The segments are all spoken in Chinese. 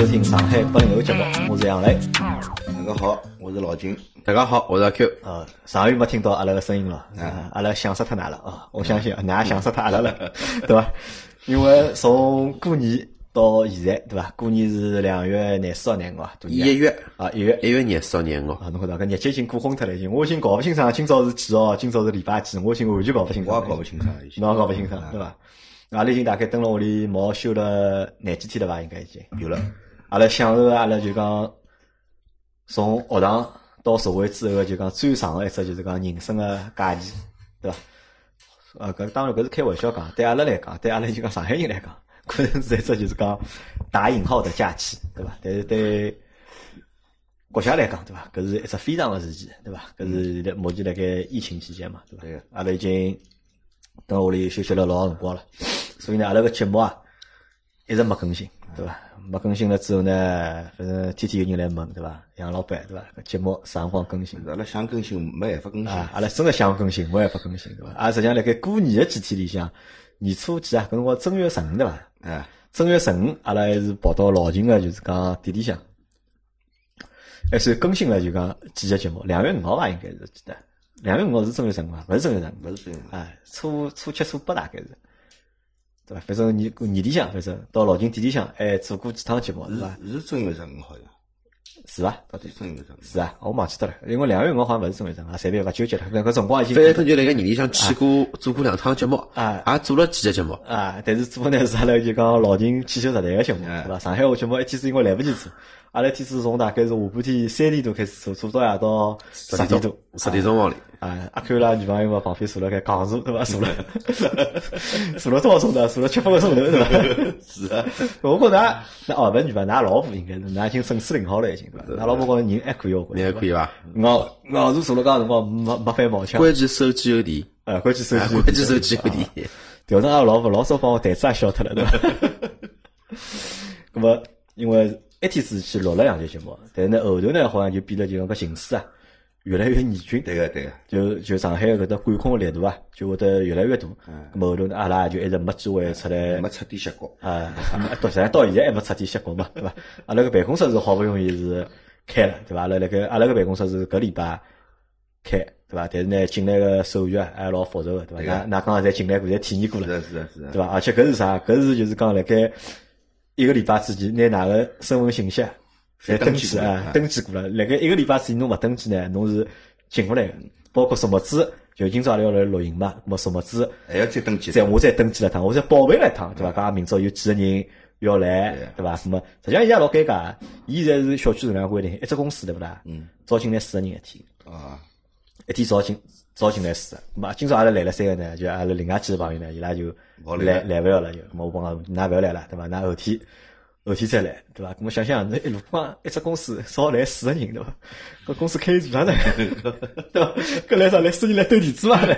听上海80后节目，我是杨磊。 大家好，我是老金。 大家好，我是阿 Q。 上个月没听到阿拉个声音了，阿拉想死脱㑚了啊！我相信㑚也想死脱阿拉了，对伐？因为从过年到现在，对伐？过年是2月24号廿五啊， 1月啊，1月 24号廿五啊，侬看到搿日节已经过昏脱了，已经，我已经搞不清爽今朝是几号，今朝是礼拜几，我已经完全搞不清爽， 我也搞不清爽， 侬也搞不清爽，对伐？阿拉已经大概蹲辣屋里毛休了廿几天了吧，应该已经有了。 阿拉享受阿拉就讲从学堂到社会之后就讲最长的一只就是讲人生的假期，对伐？搿当然搿是开玩笑讲，对阿拉来讲，对阿拉就讲上海人来讲，可能是一只就是讲打引号的假期，对伐？但是对国家来讲，对伐？搿是一只非常的事件，对伐？搿是目前辣盖疫情期间嘛，对伐？ 对， 阿拉已经等屋里休息了老长辰光了，所以呢，阿拉个节目啊一直没更新，对伐？没更新了之后呢，反正天天有人来问，对伐？杨老板，对伐？搿节目啥辰光更新？ 阿拉想更新没办法更新啊！阿拉真的想更新，没办法更新，对伐？实际上辣盖过年的几天里向，年初几啊，搿辰光正月15，对伐？正月15，阿拉还是跑到老秦个，就是讲店里向，还算更新了，就讲几集节目。2月5号吧，应该是记得。2月5号是正月15伐？勿是正月15， 勿是正月 15。初7、初8大概是，对伐？反正年里向，反正到老秦店里向还做过几趟节目，是伐？ 是正月15好像。 是伐？ 到底正月15？ 是啊，我忘记脱了，因为2月5号好像勿是正月15，随便勿纠结了。搿辰光已经。 反正就辣盖年里向去过做过2趟节目，也做了几集节目。 但是做呢是阿拉就讲老秦汽修时代个节目，对伐？上海话节目一天是因为来不及做，阿拉一天是从大概是下半天3点多开始做到夜到10点多 ，10点钟往里。 阿 Q 啦女朋友嘛旁边坐辣盖讲座，对伐？坐了多少钟头？坐了7、8个钟头，对伐？ 是啊， 我觉着勿是女朋友，㑚老婆应该是，㑚已经正式领好了已经，对伐？㑚老婆觉着人还可以，我觉着。 你还可以伐？ 我是坐了介辰光没翻毛腔。 关键手机有电。 关键手机有电。 调整阿拉老婆老早帮我台子也消脱了，对伐？那么因为一天是去录了2集节目，但是呢后头呢好像就变得就讲搿形势啊越来越严峻。 对个。 就上海搿搭管控的力度啊就会得越来越大。咁后头呢阿拉就一直没机会出来。 没彻底歇脚。 到现在还没彻底歇脚嘛，对伐？阿拉个办公室是好不容易是开了，对伐？阿拉个办公室是搿礼拜开，对伐？但是呢进来个手续啊还老复杂个，对伐？㑚刚刚侪进来过，侪体验过了， 是， 对伐？而且搿是啥？搿是就是讲辣盖1个礼拜之前拿㑚个身份信息侪登记登记过了。辣盖1个礼拜之前侬勿登记呢，侬是进勿来个。包括数目字，就今朝阿拉要来录音嘛，咾么数目字还要再登记， 我再登记了趟，我再报备了一趟，对伐？讲明朝有几个人要来，对伐？咾么实际上伊也老尴尬，伊现在是小区质量规定，一只公司对勿啦？招进来4个人一天。一天招进来4个。咾么今朝阿拉来了3个呢，就阿拉另外几个朋友呢，伊拉就来勿要了，就咾么我帮讲㑚勿要来了，对伐？㑚后天再来，对伐？咾么想想，那一路光一只公司少来4个人，对伐？搿公司开做啥呢？对伐？搿来啥来4人来斗地主嘛呢？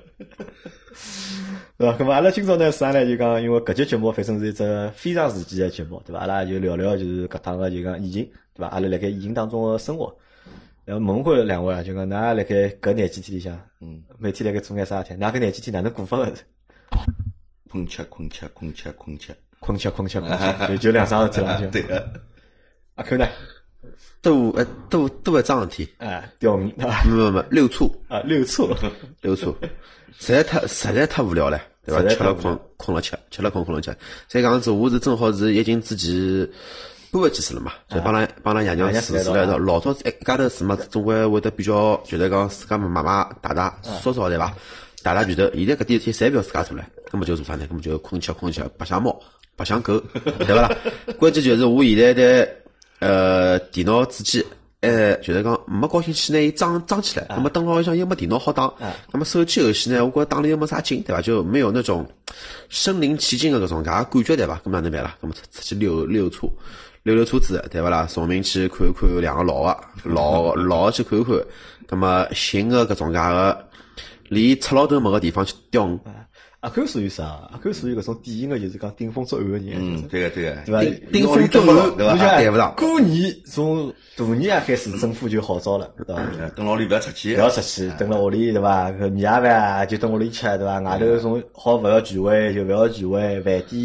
对伐？咾么阿拉今朝呢啥呢？就讲因为搿节节目反正是一只非常时期的节目，对伐？阿拉就聊聊就是搿趟个就讲疫情，对伐？阿拉辣盖疫情当中的生活。然后问回两位啊，就讲㑚辣盖搿廿几天里向，每天辣盖做眼啥事体？㑚搿廿几天哪能过法个？ 困吃， 就2桩事体了，就。 对个。 阿 Q 呢？ 多一桩事体。 钓鱼。 没溜醋。 溜醋。 实在太无聊了，对伐？吃了困了吃。再讲子，我是正好是疫情之前搬回去住了嘛，就帮㑚爷娘住了一道。老早一家头住嘛，总归会得比较觉得讲自家妈妈大嫂嫂对伐？大拳头。现在搿点事体侪勿要自家做了，根本就做啥呢？根本就困吃，白相猫，白相狗，对勿啦？关键就是我现在的电脑主机。觉得讲没高兴去拿伊装起来，那么登录里向又没电脑好打，那么手机游戏呢，我觉着打了又没啥劲，对伐？就没有那种身临其境的搿种感觉，对伐？咁哪能办啦？咁么出去溜车子，对伐啦？崇明去看看2个老的去看看，咁么新的搿种介个连出老头没个地方去钓鱼。 阿 Q 属于啥？阿 Q 属于搿种典型的，就是讲顶风作案的人。 对个， 对伐？ 顶风作案，对伐？对勿上。 过年从大年开始，政府就号召了，对伐？ 等屋里勿要出去， 等辣屋里，对伐？米饭就等屋里吃，对伐？外头从好勿要聚会就勿要聚会，饭店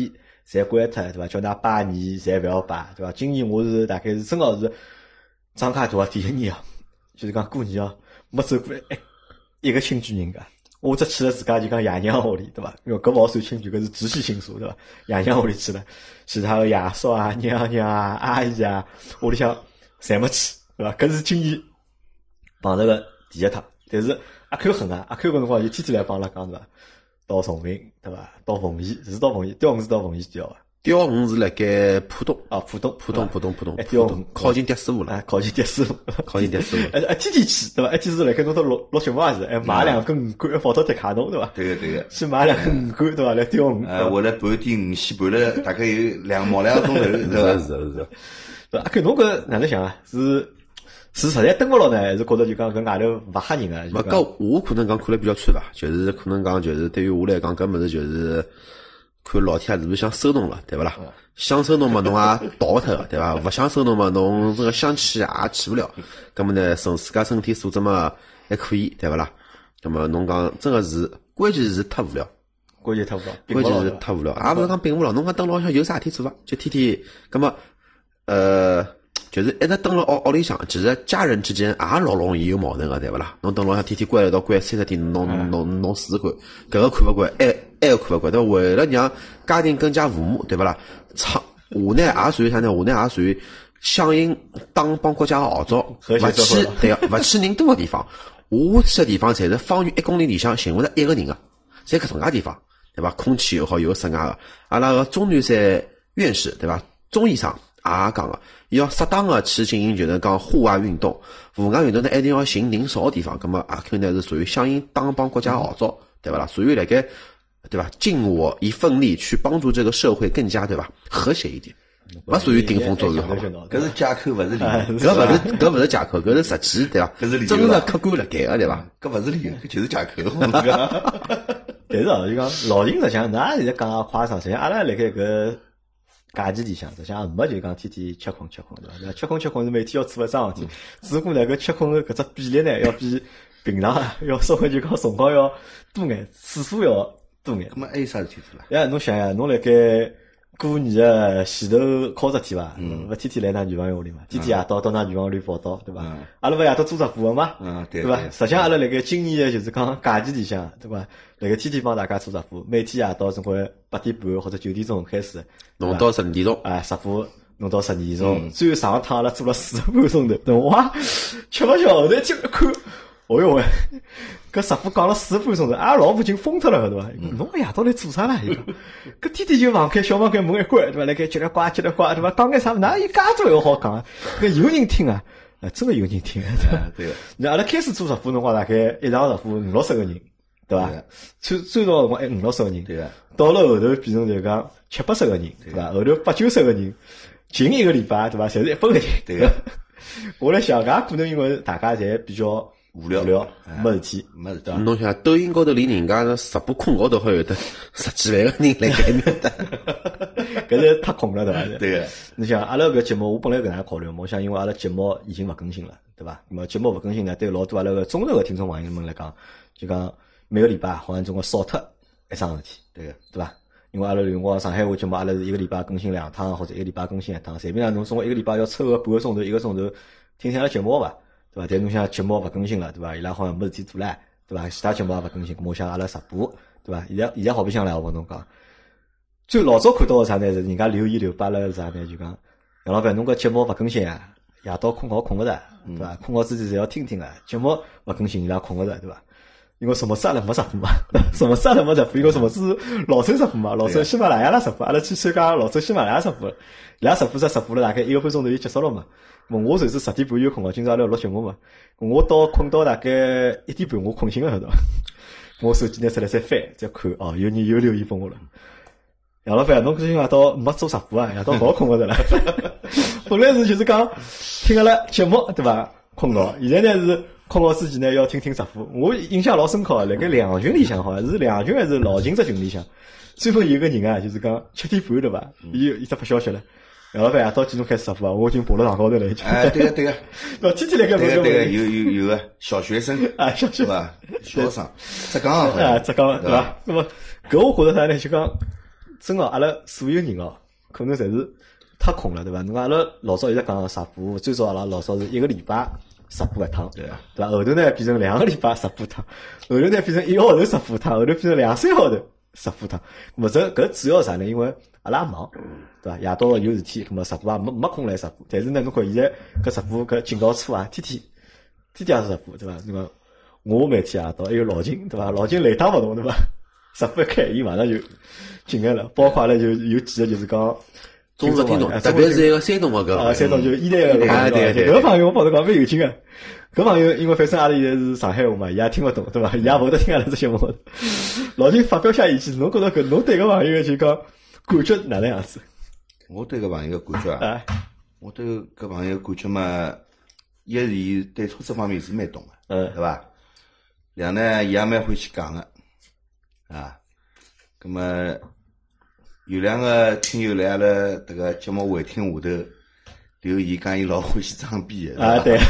侪关脱，对伐？叫㑚拜年侪勿要拜，对伐？今年我是大概是正好是张家大第一年啊，就是讲过年啊，没走过一个亲眷人家。我只去了自家就讲爷娘屋里，对伐？因为搿勿好算亲眷，搿是直系亲属，对伐？爷娘屋里去了，其他个爷叔啊、娘娘啊、阿姨啊，屋里向侪没去，对伐？搿是今年碰着个第一趟。但是阿 Q 狠啊，阿 Q 搿辰光就天天来帮阿拉讲，对伐？到崇明，对伐？到奉贤，是到奉贤，雕鱼是到奉贤钓个。 雕鱼是辣盖浦东啊，浦东， 雕鱼靠近迭师傅了， 靠近迭师傅，天天去，对伐？一天是辣盖侬到落雪马是，买2根鱼竿，放到迪卡侬，对伐？ 对个， 去买2根鱼竿，对伐？来钓鱼。 回来盘点鱼线，盘了大概有毛2个钟头，对伐？ 是。 阿 Q 侬搿哪能想啊？是实在蹲勿牢呢，还是觉着就讲搿外头勿吓人啊？ 搿我可能讲看了比较穿伐，就是可能讲就是对于我来讲，搿物事就是看老天爷是不是想收侬了，对勿啦？想收侬嘛，侬也逃勿脱个，对伐？勿想收侬嘛，侬这个想去也去勿了。葛末呢，自家身体素质嘛还可以，对勿啦？葛末侬讲真个是关键是太无聊， 关键是太无聊，也勿是讲并勿牢。侬讲蹲牢向有啥事体做伐？就天天葛末就是一直蹲辣屋里向，其实家人之间也老容易有矛盾个，对勿啦？侬蹲牢向天天关一道关30天，侬试试看，搿个看勿惯，还要看勿惯，对伐？为了让家庭更加和睦，对勿啦？我呢也属于啥呢？我呢也属于响应党帮国家个号召，勿去对个，勿去人多个地方。我去个地方侪是方圆1公里里向寻勿着一个人个，侪搿种介地方，对伐？空气又好，又室外个。阿拉个钟南山院士，对伐？钟医生也讲个，要适当个去进行就是讲户外运动，户外运动呢一定要寻人少个地方。葛末阿 Q 呢是属于响应党帮国家号召，对伐啦？属于辣盖对吧？尽我一份力去帮助这个社会更加对吧和谐一点，勿属于顶风作案，好吧？ 搿是借口，勿是理由。 搿勿是借口，搿是实际，对伐？ 搿是理由， 真实客观辣盖个，对伐？ 搿勿是理由，搿就是借口。 但是哦，就讲老秦实际上，㑚现在讲个夸张，实际上阿拉辣盖搿假期里向，实际上也没就讲天天吃困，对伐？吃困是每天要做一桩事体，只不过呢搿吃困个搿只比例呢，要比平常要稍微就讲辰光要多眼，次数要多眼。 搿么还有啥事体做啦？ 呀，侬想呀，侬辣盖过年个前头考10天伐？勿天天来㑚女朋友屋里嘛？天天夜到㑚女朋友屋里报道，对伐？阿拉勿夜到做直播个嘛？对伐？实际上阿拉辣盖今年个就是讲假期里向，对伐？辣盖天天帮大家做直播，每天夜到总归8点半或者9点钟开始， 弄到12点钟， 直播弄到12点钟。最后上趟阿拉做了4个半钟头，对哇，吃勿消，后头就看，哦哟喂！搿直播讲了4个半钟头，阿拉老婆已经疯脱了，对伐？侬夜到来做啥啦？伊讲，搿天天就小房间门一关，对伐？辣盖叽里呱，对伐？讲眼啥？哪有介多话好讲啊？搿有人听啊？真个有人听啊！ 对个。 那阿拉开始做直播辰光，大概一场直播50-60个人，对伐？最早辰光还50-60个人， 对个。 到了后头变成就讲70-80个人，对伐？后头80-90个人，近1个礼拜，对伐？侪是100个人， 对个。 我来想，搿可能因为大家侪比较无聊，没事体， 对伐？ 侬想抖音高头连人家直播困觉都好有得10几万个人辣盖面搭， 搿是太空了，对伐？ 对个。 你想阿拉搿节目，我本来搿能考虑，我想因为阿拉节目已经勿更新了，对伐？那么节目勿更新呢，对老多阿拉个忠实个听众朋友们来讲，就讲每个礼拜好像总归少脱一桩事体，对伐？因为阿拉辰光上海话节目，阿拉是1个礼拜更新2趟，或者1个礼拜更新1趟，随便啦，侬总归1个礼拜要抽个半个钟头、1个钟头听听阿拉节目伐？对伐？但侬想节目勿更新了，对伐？伊拉好像没事体做唻，对伐？其他节目也勿更新，我想阿拉直播，对伐？现在好比像来我跟侬讲，最老早看到个啥呢？是人家留言留把了啥呢？就讲杨老板，侬搿节目勿更新啊，夜到困觉困勿着，对伐？困觉之前侪要听听啊，节目勿更新伊拉困勿着，对伐？因为什么事阿拉没直播嘛，什么事阿拉没直播，因为什么是老周直播嘛，老周喜马拉雅拉直播，阿拉去参加老周喜马拉雅直播，伊拉直播了大概1个半钟头就结束了嘛。我随时10点半有困觉，今朝阿拉录节目嘛，我困到大概1点半我困醒了，晓得伐？我手机拿出来再翻再看，哦，有人又留言拨我了。杨老板，侬今夜到没做直播啊？夜到老困勿着了。本来是就是讲听阿拉节目对伐？困觉，现在呢是困觉之前呢要听听直播。我印象老深刻，辣盖2群里向好像是2群还是老秦只群里向，专门有个人啊，就是讲7点半对伐？伊只发消息了。杨老板，夜到几点钟开始直播啊？我已经爬到床高头了已经。 对个。 天天辣盖对个，有个小学生啊，小学生，小生，浙江浙江对伐？那么搿我觉着啥呢？就讲。 真个阿拉所有人哦，可能侪是太空了，对伐？侬阿拉老早一直讲直播，最早阿拉老早是1个礼拜直播一趟，对伐？后头呢变成2个礼拜直播一趟，后头呢变成1个号头直播一趟，后头变成2-3号头直播一趟。咾搿主要啥呢？因为阿拉也忙，对伐？夜到有事体，咾直播也没空来直播。但是呢，侬看现在搿直播搿警告车啊，天天也是直播，对伐？侬讲我每天夜到，还有老金，对伐？老金雷打勿动，对伐？直播一开，伊马上就进来了。包括阿拉就有几个就是讲。 中日听众，特别是一个山东个搿山东就是伊来个对， 搿朋友我帮侬讲蛮有劲个。搿朋友因为反正阿拉现在是上海话嘛，伊也听勿懂，对伐？伊也勿会得听阿拉这节目。老金发表下意见，侬觉得搿侬对搿朋友就讲感觉哪能样子？ 我对搿朋友感觉啊，我对搿朋友感觉嘛，一是伊对车子方面是蛮懂个，对伐？两呢，伊也蛮欢喜讲个，啊，葛么。有两个听友来阿拉迭个节目回听下头留言讲伊老欢喜装逼个啊，对。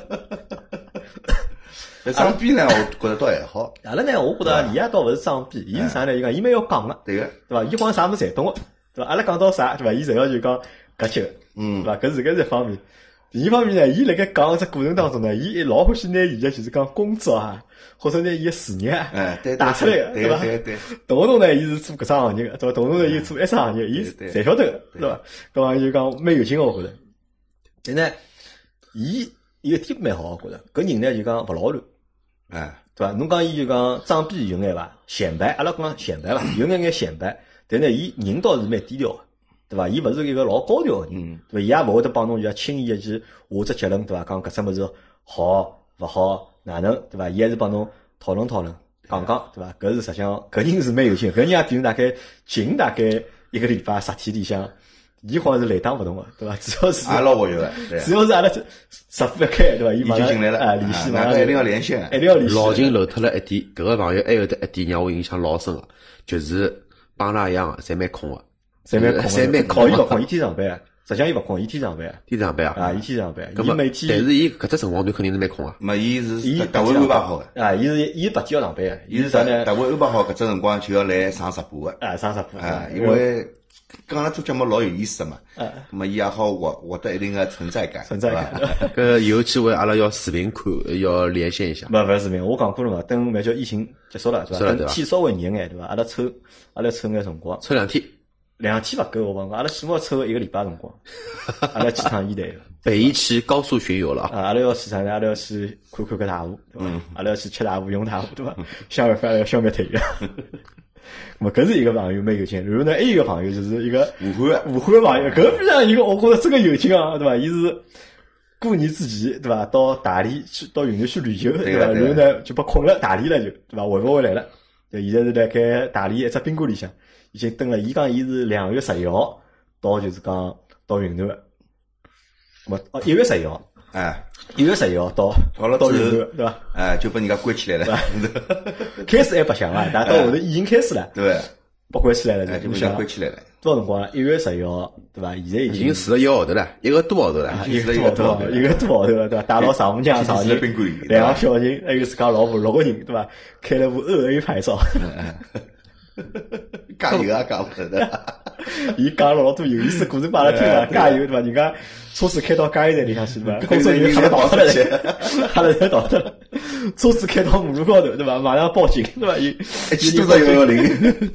但装逼呢，我觉着倒还好。 阿拉呢，我觉着伊也倒勿是装逼，伊是啥呢？伊讲伊蛮要讲个， 对个， 对伐？伊好像啥物事侪懂个，对伐？阿拉讲到啥，对伐？伊侪要就讲搿些个，对伐？搿是一方面。第二方面呢，伊辣盖讲个只过程当中呢，伊老欢喜拿伊个就是讲工作啊，或者拿伊个事业啊，打出来个，对伐？ 对。 动不动呢，伊是做搿桩行业个，对伐？动不动呢，伊做一桩行业，伊侪晓得个，对伐？搿玩意就讲蛮有劲个，我觉着。但呢，伊有一点蛮好，我觉着，搿人呢就讲勿老乱，对伐？侬讲伊就讲装逼有眼伐？显摆，阿拉讲显摆伐？有眼显摆，但呢，伊人倒是蛮低调个。对伐？伊勿是一个老高调个人，对伐？伊也勿会得帮侬就轻易个去下只结论，对伐？讲搿只物事好勿好，哪能，对伐？伊还是帮侬讨论讨论，讲讲，对伐？搿是实际上搿人是蛮有劲，搿人也比如大概近大概1个礼拜10天里向，伊好像是雷打勿动个，对伐？主要是也老活跃个， 主要是阿拉直播一开，对伐？伊马上进来了， 联系， 那一定要连线， 一定要联系。 老金漏脱了一点，搿个朋友还有得一点让我印象老深个，就是帮阿拉一样个，侪蛮空个。 侪蛮空， 伊勿空，伊天上班，实际上伊勿空，伊天上班， 天上班啊，伊天上班，伊每天， 但是伊搿只辰光段肯定是蛮空啊。 没，伊是特位安排好个， 啊，伊白天要上班个，伊是啥呢？ 特位安排好搿只辰光就要来上直播个， 上直播， 因为跟阿拉做节目老有意思嘛，那么伊也好获得一定个存在感， 搿有机会阿拉要视频看，要连线一下。 勿是视频，我讲过了嘛，等蛮叫疫情结束了，对伐？等天稍微热眼，对伐？阿拉抽眼辰光， 抽2天。 2天勿够，我讲，阿拉起码抽1个礼拜辰光，阿拉去趟伊台。 北一期高速巡游了啊！阿拉要去啥呢？阿拉要去看搿大雾，对伐？阿拉要去吃大雾、用大雾，对伐？想办法要消灭脱伊个。咾搿是一个朋友蛮有劲，然后呢，还有一个朋友就是一个武汉朋友，搿非常一个，我觉着真个有劲啊，对伐？伊是过年之前，对伐？到大理去，到云南去旅游，对伐？然后呢就被困了大理了，就对伐？回勿回来了？就现在是辣盖大理一只宾馆里向。已经登了，伊讲伊是2月11号到，就是讲到云南个，1月11号，1月11号到云南，对伐？ 就被人家关起来了。 开始还白相啊，但到后头疫情开始了， 对， 被关起来了， 就被关起来了。 多少辰光了？1月11号，对伐？现在已经住了1个号头了，1个多号头了 ，1个多号头了，对伐？带牢丈母娘上去， 宾馆里 2个小人，还有自家老婆6个人，对伐？开了部2A 牌照。 加油啊，加勿脱的！ 伊讲了老多有意思故事拨阿拉听了，加油对伐？人家车子开到加油站里向去对伐？工作人员吓得逃脱了，吓得人逃脱了。车子开到马路高头对伐？马上报警对伐？ 一记多少110。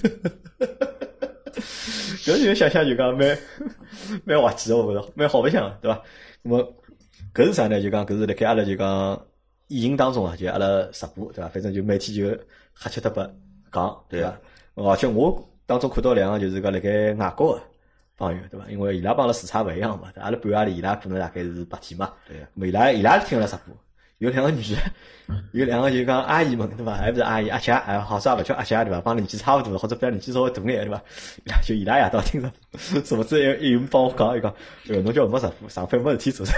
搿就想想就讲蛮滑稽的，我觉着蛮好白相对伐？那么搿是啥呢？就讲搿是辣盖阿拉就讲疫情当中啊，就阿拉直播对伐？反正就每天就瞎七搭八讲对伐？而且我当中看到2个就是讲辣盖外国个朋友对伐？因为伊拉帮阿拉时差勿一样嘛，阿拉半夜里伊拉可能大概是白天嘛，对，伊拉听阿拉直播，有2个女的，有2个就讲阿姨们对伐？还不是阿姨阿姐，好啥勿叫阿姐对伐？帮年纪差勿多，或者比年纪稍微大眼对伐？就伊拉夜到听着，什么子还有帮我讲，伊讲，侬叫我没直播，上班没事体做噻。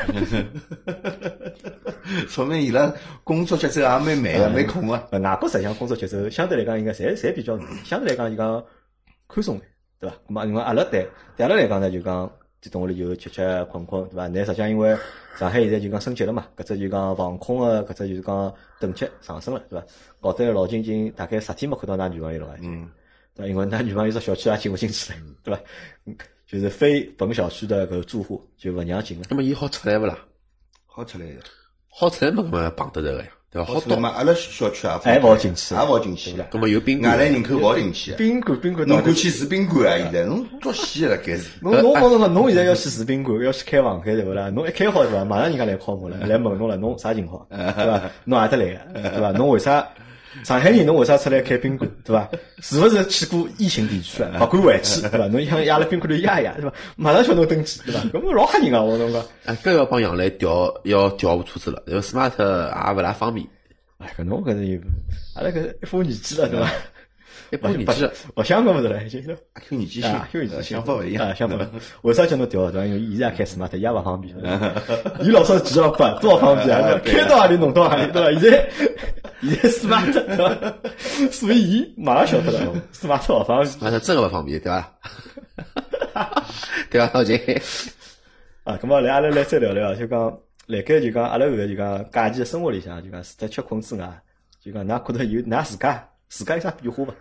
说明伊拉工作节奏也蛮慢个，蛮空个。 外国实际上工作节奏相对来讲应该侪比较相对来讲就讲宽松眼，对伐？咁啊，因为阿拉对阿拉来讲呢，就讲在洞屋里就吃困困，对伐？但实际上因为上海现在就讲升级了嘛，搿只就讲防控个搿只就是讲等级上升了，对伐？搞得老近大概10天没看到㑚女朋友了伐？ 对伐？因为㑚女朋友只小区也进勿进去了，对伐？就是非本小区的搿住户就勿让进了。 那么伊好出来勿啦？ 好出来的， 好出来嘛，搿么碰得着个呀，对伐？好到嘛，阿拉小区还勿好进去， 也勿好进去了。 搿么有宾馆， 外来人口勿好进去。 宾馆侬敢去住宾馆啊？现在侬作戏了，该是。 侬现在要去住宾馆，要去开房间对勿啦？侬一开好对伐？马上人家来敲门了，来问侬了，侬啥情况对伐？侬何得来个对伐？侬为啥？上海人侬为啥出来开宾馆对伐？是勿是去过疫情地区了？勿敢回去对伐？侬想压辣宾馆里压一压对伐？马上叫侬登记对伐？搿么老吓人啊！我侬讲， 搿要帮杨澜调部车子了，因为 smart 也勿大方便。 搿侬搿是有，阿拉搿一把年纪了对伐？ 一把年纪， 勿想搿么子了已经。 阿 Q 年纪轻，想法勿一样， 想法。为啥叫侬调对伐？因为伊现在开 smart 也勿方便。伊老早骑了板多少方便啊？开到何里弄到何里对伐？现在 smart 对伐？所以伊马上晓得了 ，smart 勿方便 ，smart 真个勿方便对伐？对伐？老秦啊，咁么来阿拉来再聊聊，就讲辣盖就讲阿拉搿就讲假期生活里向，就讲除脱吃困之外，就讲㑚觉得有㑚自家有啥变化伐？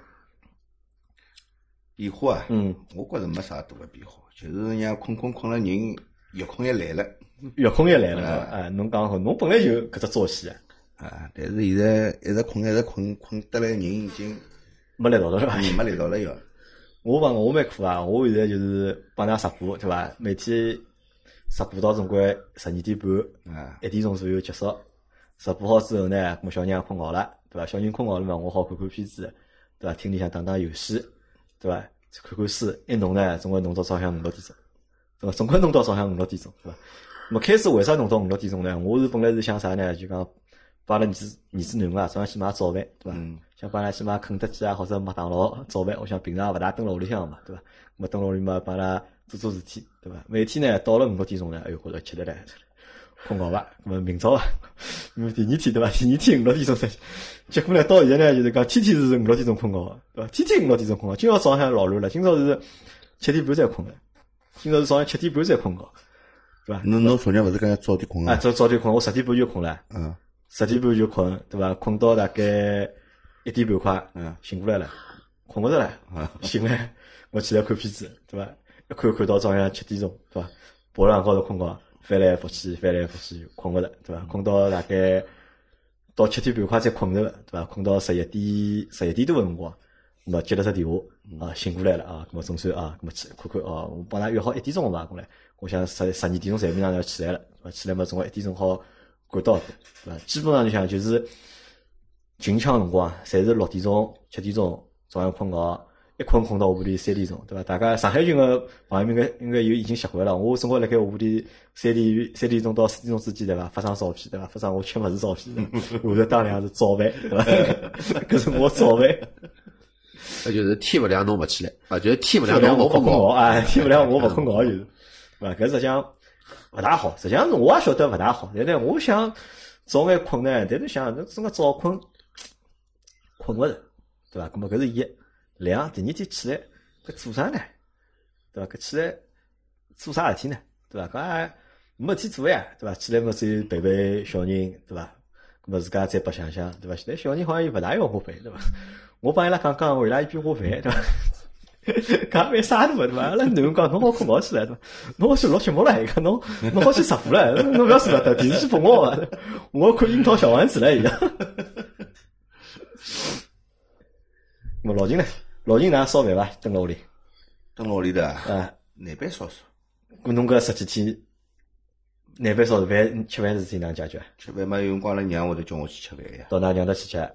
变化啊，我觉着没啥大个变化，就是让困了人，月困也来了， 侬讲好，侬本来就搿只作息啊，但是现在一直困得来人已经没力道了是伐？ 没力道了要。 我蛮苦啊，我现在就是帮㑚直播对伐？每天直播到总归12点半，1点钟左右结束。直播好之后呢，咁小人也困觉了，对伐？小人困觉了嘛，我好看看片子，对伐？厅里向打打游戏，对伐？看看书，一弄呢，总归弄到早上5、6点钟，对伐？总归弄到早上5、6点钟，对伐？咁开始为啥弄到5、6点钟呢？我是本来是想啥呢？就讲帮阿拉儿子囡恩啊，早上去买早饭，对伐？想帮阿拉去买肯德基啊，或者麦当劳早饭。我想平常也勿大蹲辣屋里向嘛，对伐？咁蹲辣屋里嘛，帮阿拉做事体，对伐？每天呢，到了5、6点钟呢，哎哟，觉着吃力了，困觉伐？咁明朝啊，第二天对伐？第二天5、6点钟才，结果呢，到现在呢，就是讲天天是5、6点钟困觉，对伐？天天5、6点钟困觉。今朝早上老乱了，今朝是7点半才困的，今朝是早上7点半才困觉，对伐？ 侬昨日勿是讲早点困啊？早点困，我10点半就困了。10点半就困，对伐？困到大概1点半快，醒过来了，困勿着了，醒了，我起来看片子，对伐？一看到早上7点钟，对伐？爬浪高头困觉，翻来覆去，困勿着，对伐？困到大概到7点半快才困着了，对伐？困到11点多个辰光，那么接了只电话，醒过来了啊，那么总算啊，那么去看看哦，我帮㑚约好1点钟嘛过来，我想12点钟随便让要起来了，对伐？起来嘛，总归1点钟好赶到，对伐？基本上就像就是近腔辰光，侪是6点钟、7点钟早上困觉，一困到下午里3点钟，对伐？大家上海群个朋友们应该有已经习惯了。我生活辣盖下午里3点钟到4点钟之间，对伐？发张照片，对伐？发张我吃物事照片，下头当两是早饭，对伐？搿是我早饭。 那就是天勿亮侬勿起来，啊，就是天勿亮侬我困觉， 啊，天勿亮我勿困觉就是，对伐？搿实际上勿大好，实际上我也晓得勿大好，但是我想早眼困呢，但是想那种个早困勿着，对伐？搿么搿是一。2，第二天起来搿做啥呢？对伐？搿起来做啥事体呢？对伐？搿没事体做呀，对伐？起来嘛只有陪小人，对伐？搿么自家再白相相，对伐？现在小人好像又勿大要我陪，对伐？我帮伊拉讲，为伊拉一边我陪，对伐？搿蛮傻的嘛，对伐？阿拉囡恩讲侬好困觉起来，对伐？侬好去录节目了，伊讲侬好去直播了，侬勿要说了，电视机拨我伐？我要看樱桃小丸子了，伊讲。咾么老秦呢？老秦哪烧饭伐？蹲辣屋里？ 蹲辣屋里的啊，难办烧烧。 搿侬搿10几天难办烧烧饭，吃饭事体哪能解决？ 吃饭嘛，有辰光阿拉娘会得叫我去吃饭呀。 到㑚娘搭去吃？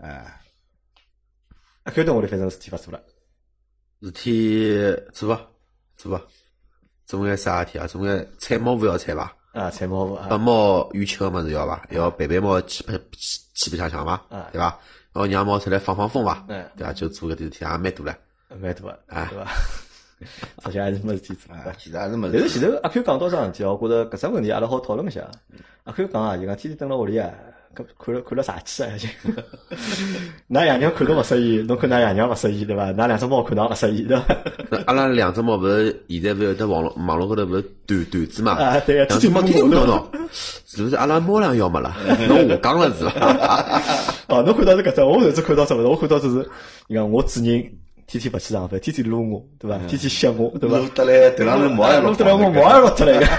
搿蹲屋里反正事体勿做了。 事体做伐？做眼啥事体啊？做眼铲猫勿要铲伐？ 啊，铲猫拔猫预吃个物事要伐？要陪猫去白相伐？对伐？然后让猫出来放风伐？对伐？就做搿点事体也蛮多了， 蛮多啊，对伐？实际还是没事体做， 其实还是没。 但是前头阿 Q 讲到桩事体，我觉着搿只问题阿拉好讨论一下。阿 Q 讲啊，就讲天天蹲辣屋里啊，搿看了啥气啊？就，㑚爷娘看侬勿适意，侬看㑚爷娘勿适意，对伐？㑚两只猫看侬勿适意，对伐？ 阿拉两只猫勿是现在勿有得网络高头勿是段子嘛？ 啊，对啊， 两只猫听到侬，是勿是阿拉猫粮要没了？侬下岗了是伐？ 哦，侬看到是搿只，我甚至看到什么？我看到就是，你看我主人天天勿去上班，天天撸我，对伐？天天歇我，对伐？ 撸得来头浪头毛也撸得来我毛也落脱来个。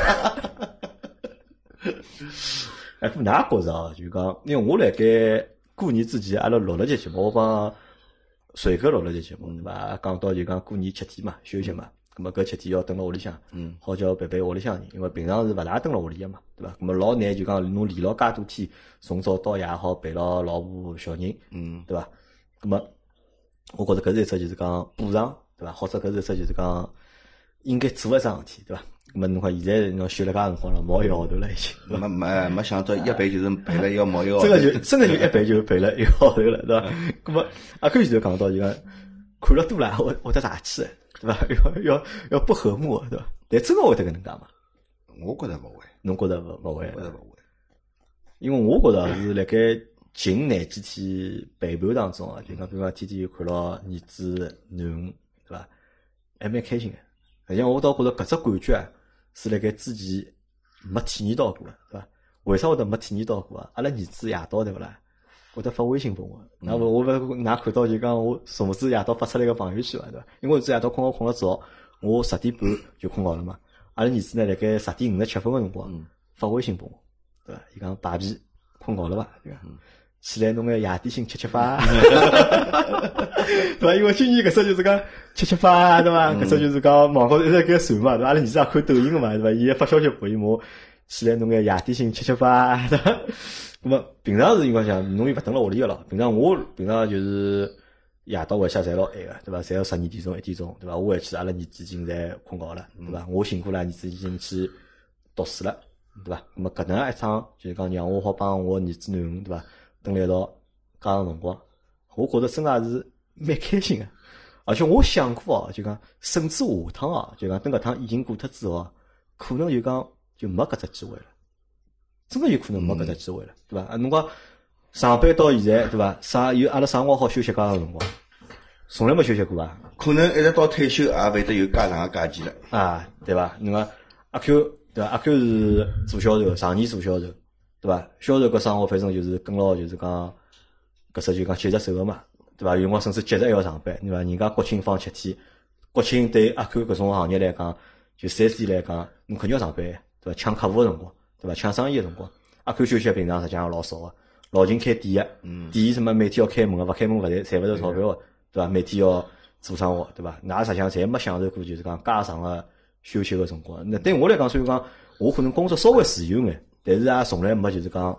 哎，哪觉着啊？就讲，因为我辣盖过年之前，阿拉录了节节目，我帮帅哥录了节节目，对伐？讲到就讲过年7天嘛，休息嘛。咁么搿7天要蹲辣屋里向，好叫陪陪屋里向人，因为平常是勿大蹲辣屋里个嘛，对伐？咁么老难就讲侬连牢介多天，从早到夜好陪牢老婆小人，对伐？咁么我觉着搿是一只就是讲补偿，对伐？或者搿是一只就是讲应该做一桩事体，对伐？咁么侬看现在侬休了介辰光了，毛1个号头了已经， 没想到一陪就是陪了要毛1个号头，真个就一陪就陪了1个号头了，对伐？咁么阿 Q 前头讲到就讲看了多了，会得岔气。对伐？要不和睦，对伐？但真个会得搿能介嘛？ 我觉着勿会， 侬觉着勿会？ 我觉着勿会， 因为我觉着是辣盖近廿几天陪伴当中啊，就讲比方天天看牢儿子囡恩，对伐？还蛮开心个。实际上我倒觉着搿只感觉啊，是辣盖之前没体验到过了，对伐？为啥会得没体验到过啊？阿拉儿子夜到对勿啦？会得发微信拨我，那我勿㑚看到就讲我从子夜到发出来个朋友圈伐，对伐？因为我是夜到困了早，我10点半就困觉了嘛。阿拉儿子呢，辣盖10点57分个辰光发微信拨我，对伐？伊讲爸比困觉了伐？对伐？起来弄个夜点心吃伐？对伐？因为今年搿只就是讲吃伐，对伐？搿只就是讲网高头一直搿传嘛，对伐？阿拉儿子也看抖音个嘛，对伐？伊还发消息拨伊我起来弄个夜点心吃伐，对伐？咁么平常是情况下，侬又勿蹲辣屋里个咯。平常就是夜到回家侪老晚个，对伐？侪要12点钟1点钟，对伐？我回去阿拉儿子已经侪困觉了，对伐？我醒过来，儿子已经去读书了，对伐？咁么搿能一趟就是讲让我好帮我儿子囡恩，对伐？蹲辣一道加上辰光，我觉着真个是蛮开心个。而且我想过哦，就讲甚至下趟哦，就讲等搿趟疫情过脱之后，可能就讲就没搿只机会了。真个有可能没搿只机会了，对伐？侬讲上班到现在，对伐？有阿拉啥辰光好休息介长辰光？从来没休息过啊。 可能一直到退休也会得有介长个假期了啊，对伐？侬讲阿 Q 对伐？阿 Q 是做销售，常年做销售，对伐？销售搿生活反正就是跟牢就是讲搿只就讲接着手个嘛，对伐？有辰光甚至节日还要上班，对伐？人家国庆放7天，国庆对阿 Q 搿种行业来讲，就4S来讲，侬肯定要上班，对伐？抢客户个辰光。对伐？抢生意个辰光，阿 Q 休息平常实际上老少个，老勤开店个，店什么每天要开门个，勿开门赚勿着钞票个，对伐？每天要做生活，对伐？㑚实际上侪没享受过就是讲介长个休息个辰光。那对我来讲，虽然讲我可能工作稍微自由眼，但是也从来没就是讲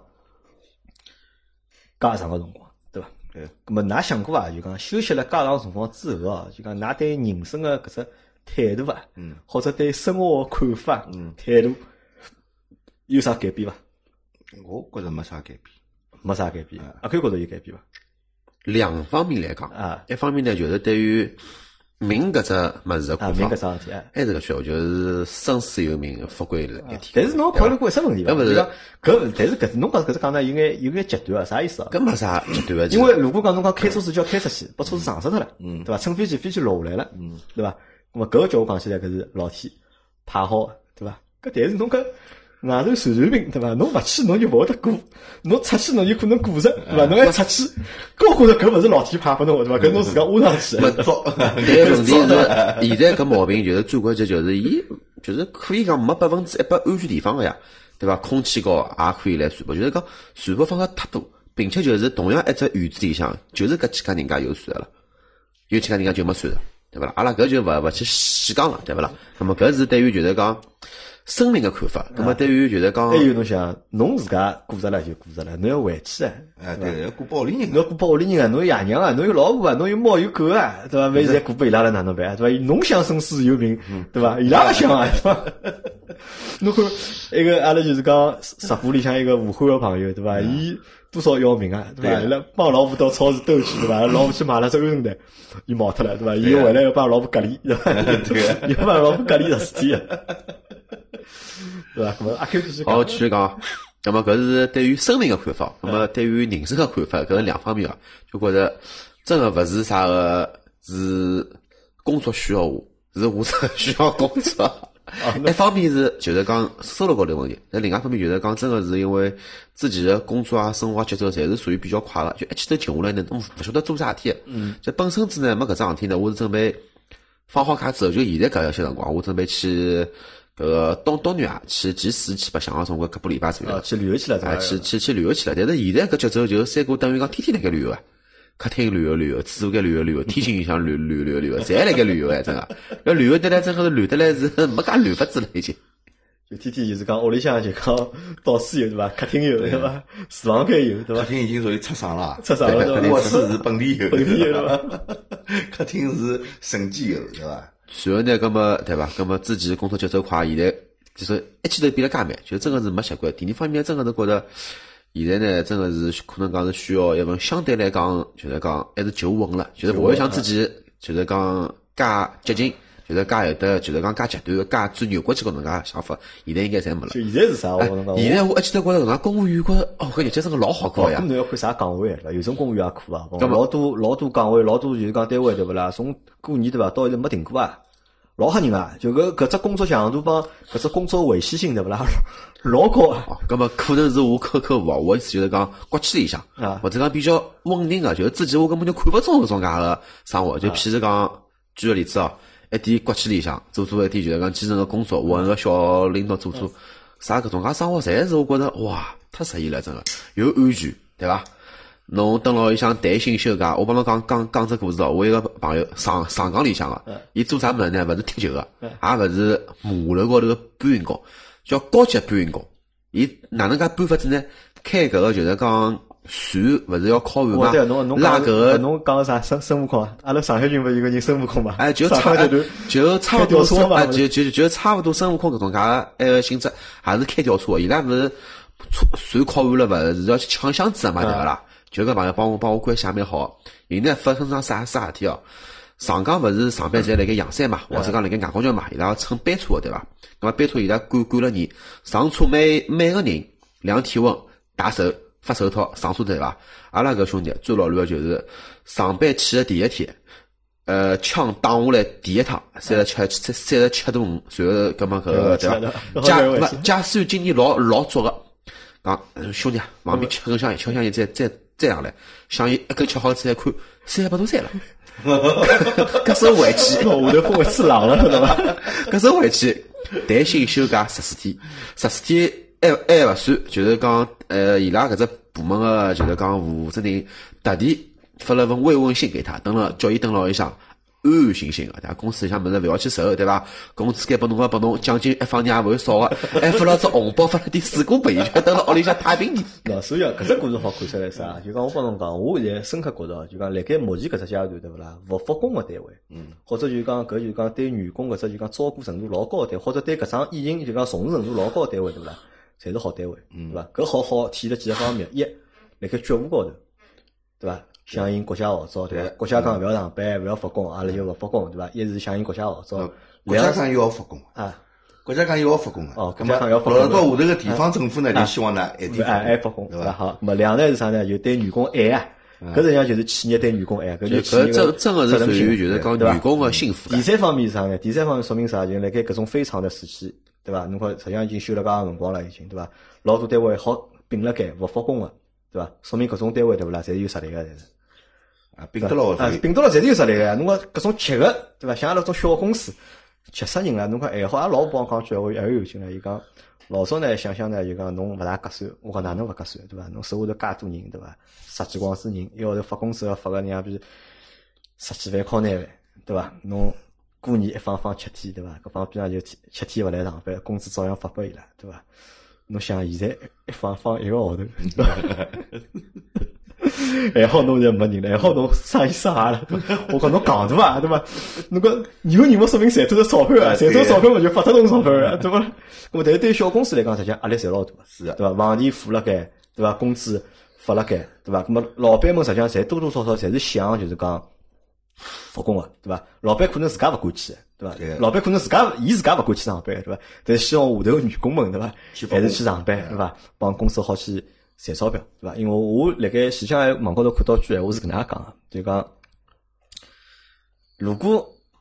介长个辰光，对伐？对。咁么㑚想过伐？就讲休息了介长辰光之后啊，就讲㑚对人生个搿只态度啊，或者对生活个看法、态度。有啥改变伐？ 我觉着没啥改变， 没啥改变。阿 Q 觉着有改变伐 ？2方面来讲啊， 一方面呢，就是对于命搿只物事的看法， 命搿桩事体， 还是搿句话，就是生死有命，富贵一天。 但是侬考虑过一只问题伐？ 搿勿是搿，但是搿侬讲搿只讲呢，有眼极端啊，啥意思啊？ 搿没啥极端因为如果讲侬讲开车子就要开出去，把车子撞死脱了，对伐？乘飞机落下来了，对伐？那么搿个叫我讲起来，搿是老天派好，对伐？搿但是侬搿。外头传染病，对伐？侬勿去侬就勿会得过，侬出去侬就可能过着，对伐？侬还出去，搿我觉着搿勿是老天派拨侬，对伐？搿侬自家挖上去。 没糟。但问题是，现在搿毛病就是最关键，就是伊就是可以讲没100%安全地方个呀，对伐？空气高也可以来传播，就是讲传播方式太多，并且就是同样一只院子里向，就是搿几家人家有传了，有几家人家就没传了，对勿啦？阿拉搿就勿去细讲了，对勿啦？那么搿是对于就是讲。生命个看法，那么对于就是讲， 还有侬想，侬自家过着了就过着了，侬要回去啊，对，要过拨屋里人， 侬要过拨屋里人啊，侬有爷娘啊，侬有老婆啊，侬有猫有狗啊，对伐？万一再过拨伊拉了哪能办？对伐？侬想生死有命，对伐？伊拉也想啊，对伐？侬看一个阿拉就是讲直播里向一个武汉个朋友，对伐？伊多少要命啊，对伐？伊拉帮老婆到超市兜去，对伐？老婆去买了只安神蛋，伊毛脱了，对伐？伊回来要帮老婆隔离，对伐？对，要帮老婆隔离10天。对伐？那么阿 Q 继续讲。 好，继续讲。那么搿是对于生命的看法，那么对于人生的看法，搿是2方面啊。就觉着真的勿是啥个，是工作需要我，是我真需要工作。 一方面是就是讲收入高头问题，但另外一方面就是讲真的是因为自己的工作啊、生活节奏侪是属于比较快个，就一记头停下来呢，侬勿晓得做啥事体。就本身子呢没搿桩事体呢，我是准备放好假之后，就现在搿一些辰光，我准备去搿个东南亚去骑水去白相个，总归搿把礼拜左右。 去旅游去了， 去旅游去了。但是现在搿节奏就三哥等于讲天天辣盖旅游啊。客厅旅游，自助间旅游，天津影响旅游，侪辣盖旅游哎，真个。要旅游得来，真个是乱得来是没介乱法子了已经。 就天天就是讲屋里向就讲导师有对伐？客厅有对伐？厨房间有对伐？ 客厅已经属于出厂了， 出厂了对伐？ 卧室是本地有， 本地有对伐？ 客厅是审计有对伐？ 随后呢，搿么对伐？搿么自己工作节奏快，现在就是一记头变得介慢，就真个是没习惯。第二方面，真个是觉得。现在呢，真的是可能讲是需要一份相对来讲，就是讲还是求稳了，就是不会像自己就是讲介激进，就是介有的，就是讲介极端、介钻牛角尖搿能介想法，现在应该侪没了。 就现在是啥？我讲， 现在我一记头觉着搿能公务员觉着哦，搿日脚真个老好过呀。 咁侬要看啥岗位对伐？有种公务员也苦啊，老多岗位，老多就是讲单位对勿啦？从过年对伐，到现在没停过啊。老吓人啊！就搿只工作强度帮搿只工作维系性对勿啦？老高啊！ 搿么可能是我客户啊，我意思就是讲国企里向或者讲比较稳定个，就是自己我根本就看勿中搿种介个生活。就譬如讲举个例子哦，一点国企里向做一点就是讲基层个工作，混个小领导做啥搿种介生活，侪是我觉着哇，太适意了，真个又安全，对伐？侬蹲辣里向弹性休假，我帮侬讲只故事哦。我一个朋友上港里向个，伊做啥物事呢？勿是踢球个，也勿是马路高头个搬运工，叫高级搬运工。伊哪能介搬法子呢？开搿个就是讲船，勿是要靠岸嘛？拉搿个侬讲啥孙悟空啊？阿拉上海群勿有个人孙悟空嘛？ 哎，就差不多就差不多孙悟空搿种介个性质，还是开吊车。伊拉勿是船靠岸了，勿是要去抢箱子嘛？对伐啦？就搿朋友帮我关系也蛮好，伊呢发生啥事体哦？上港勿是上班侪辣盖阳山嘛，或者讲辣盖外公桥嘛，伊拉要乘班车个对伐？那么班车伊拉管了人，上车每个人量体温、打手、发手套上车对伐？阿拉搿兄弟最老卵个就是上班去个第一天，枪打下来第一趟37度5，随后搿么搿个对伐？驾驶员今年老足个，讲兄弟啊，旁边吃根香烟再上来，香烟一根吃好之后看300多岁了，搿时候回去， 下头风会刺狼了，对伐？ 搿时候回去，弹性休假14天还勿算，就是讲伊拉搿只部门个就是讲负责人特地发了份慰问信给他，叫伊登了里向安安心心个，对伐？公司里向物事勿要去收，对伐？工资该拨侬，奖金一方年也勿会少个，还发了只红包，发了点水果拨伊，就等辣屋里向太平点。所以搿只故事好看出来啥？就讲我帮侬讲，我现在深刻觉着，就讲辣盖目前搿只阶段，对勿啦？勿复工个单位，或者就讲搿就讲对员工搿只就讲照顾程度老高个单位，或者对搿桩疫情就讲重视程度老高个单位，对勿啦？侪是好单位，对伐？搿好体现了几个方面，一辣盖职务高头，对伐？响应国家号召，对伐？国家讲勿要上班，勿要复工，阿拉就勿复工，对伐？一是响应国家号召， 国家讲又要复工啊， 国家讲又要复工哦，国家讲要复工。 到下头个地方政府呢，就希望呢还复工，对伐？好，那么两呢是啥呢？就对员工爱啊，搿实际上就是企业对员工爱，搿就企业真个是属于就是讲员工个幸福。 第三方面是啥呢？第三方面说明啥？就辣盖搿种非常的时期，对伐？侬看实际上已经休了介长辰光了，已经对伐？老多单位好并辣盖勿复工个，对伐？说明搿种单位对勿啦？侪是有实力个，侪是。 并得牢并得牢侪是有实力个。侬讲搿种吃个，对伐？像阿拉种小公司，70人了，侬看爱好，阿拉老婆帮我讲句话，也有劲了。伊讲老早呢，想想呢，就讲侬勿大合算。我讲哪能勿合算，对伐？侬手下头介多人，对伐？10几光是人，一号头发工资要发个人家比10几万靠9万，对伐？侬过年一放7天，对伐？搿放边上就7天勿来上班，工资照样发拨伊拉，对伐？侬想现在一放1个号头，对伐？还好侬现在没人了，还好侬生意啥了？我讲侬戆大啊，对伐？侬讲有人物说明赚多少钞票啊？赚多少钞票嘛就发得动钞票啊，对伐？那么但是对于小公司来讲，实际上压力侪老大， 是的， 对伐？房钿付辣盖，对伐？工资发辣盖，对伐？那么老板们实际上侪多多少少侪是想就是讲复工个，对伐？老板可能自家勿敢去，对伐？老板可能自家勿敢去上班，对伐？但是希望下头员工们，对伐？还是去上班，对伐？帮公司好去赚钞票，对伐？因为我辣盖前向网高头看到句闲话是搿能介讲个，就讲如果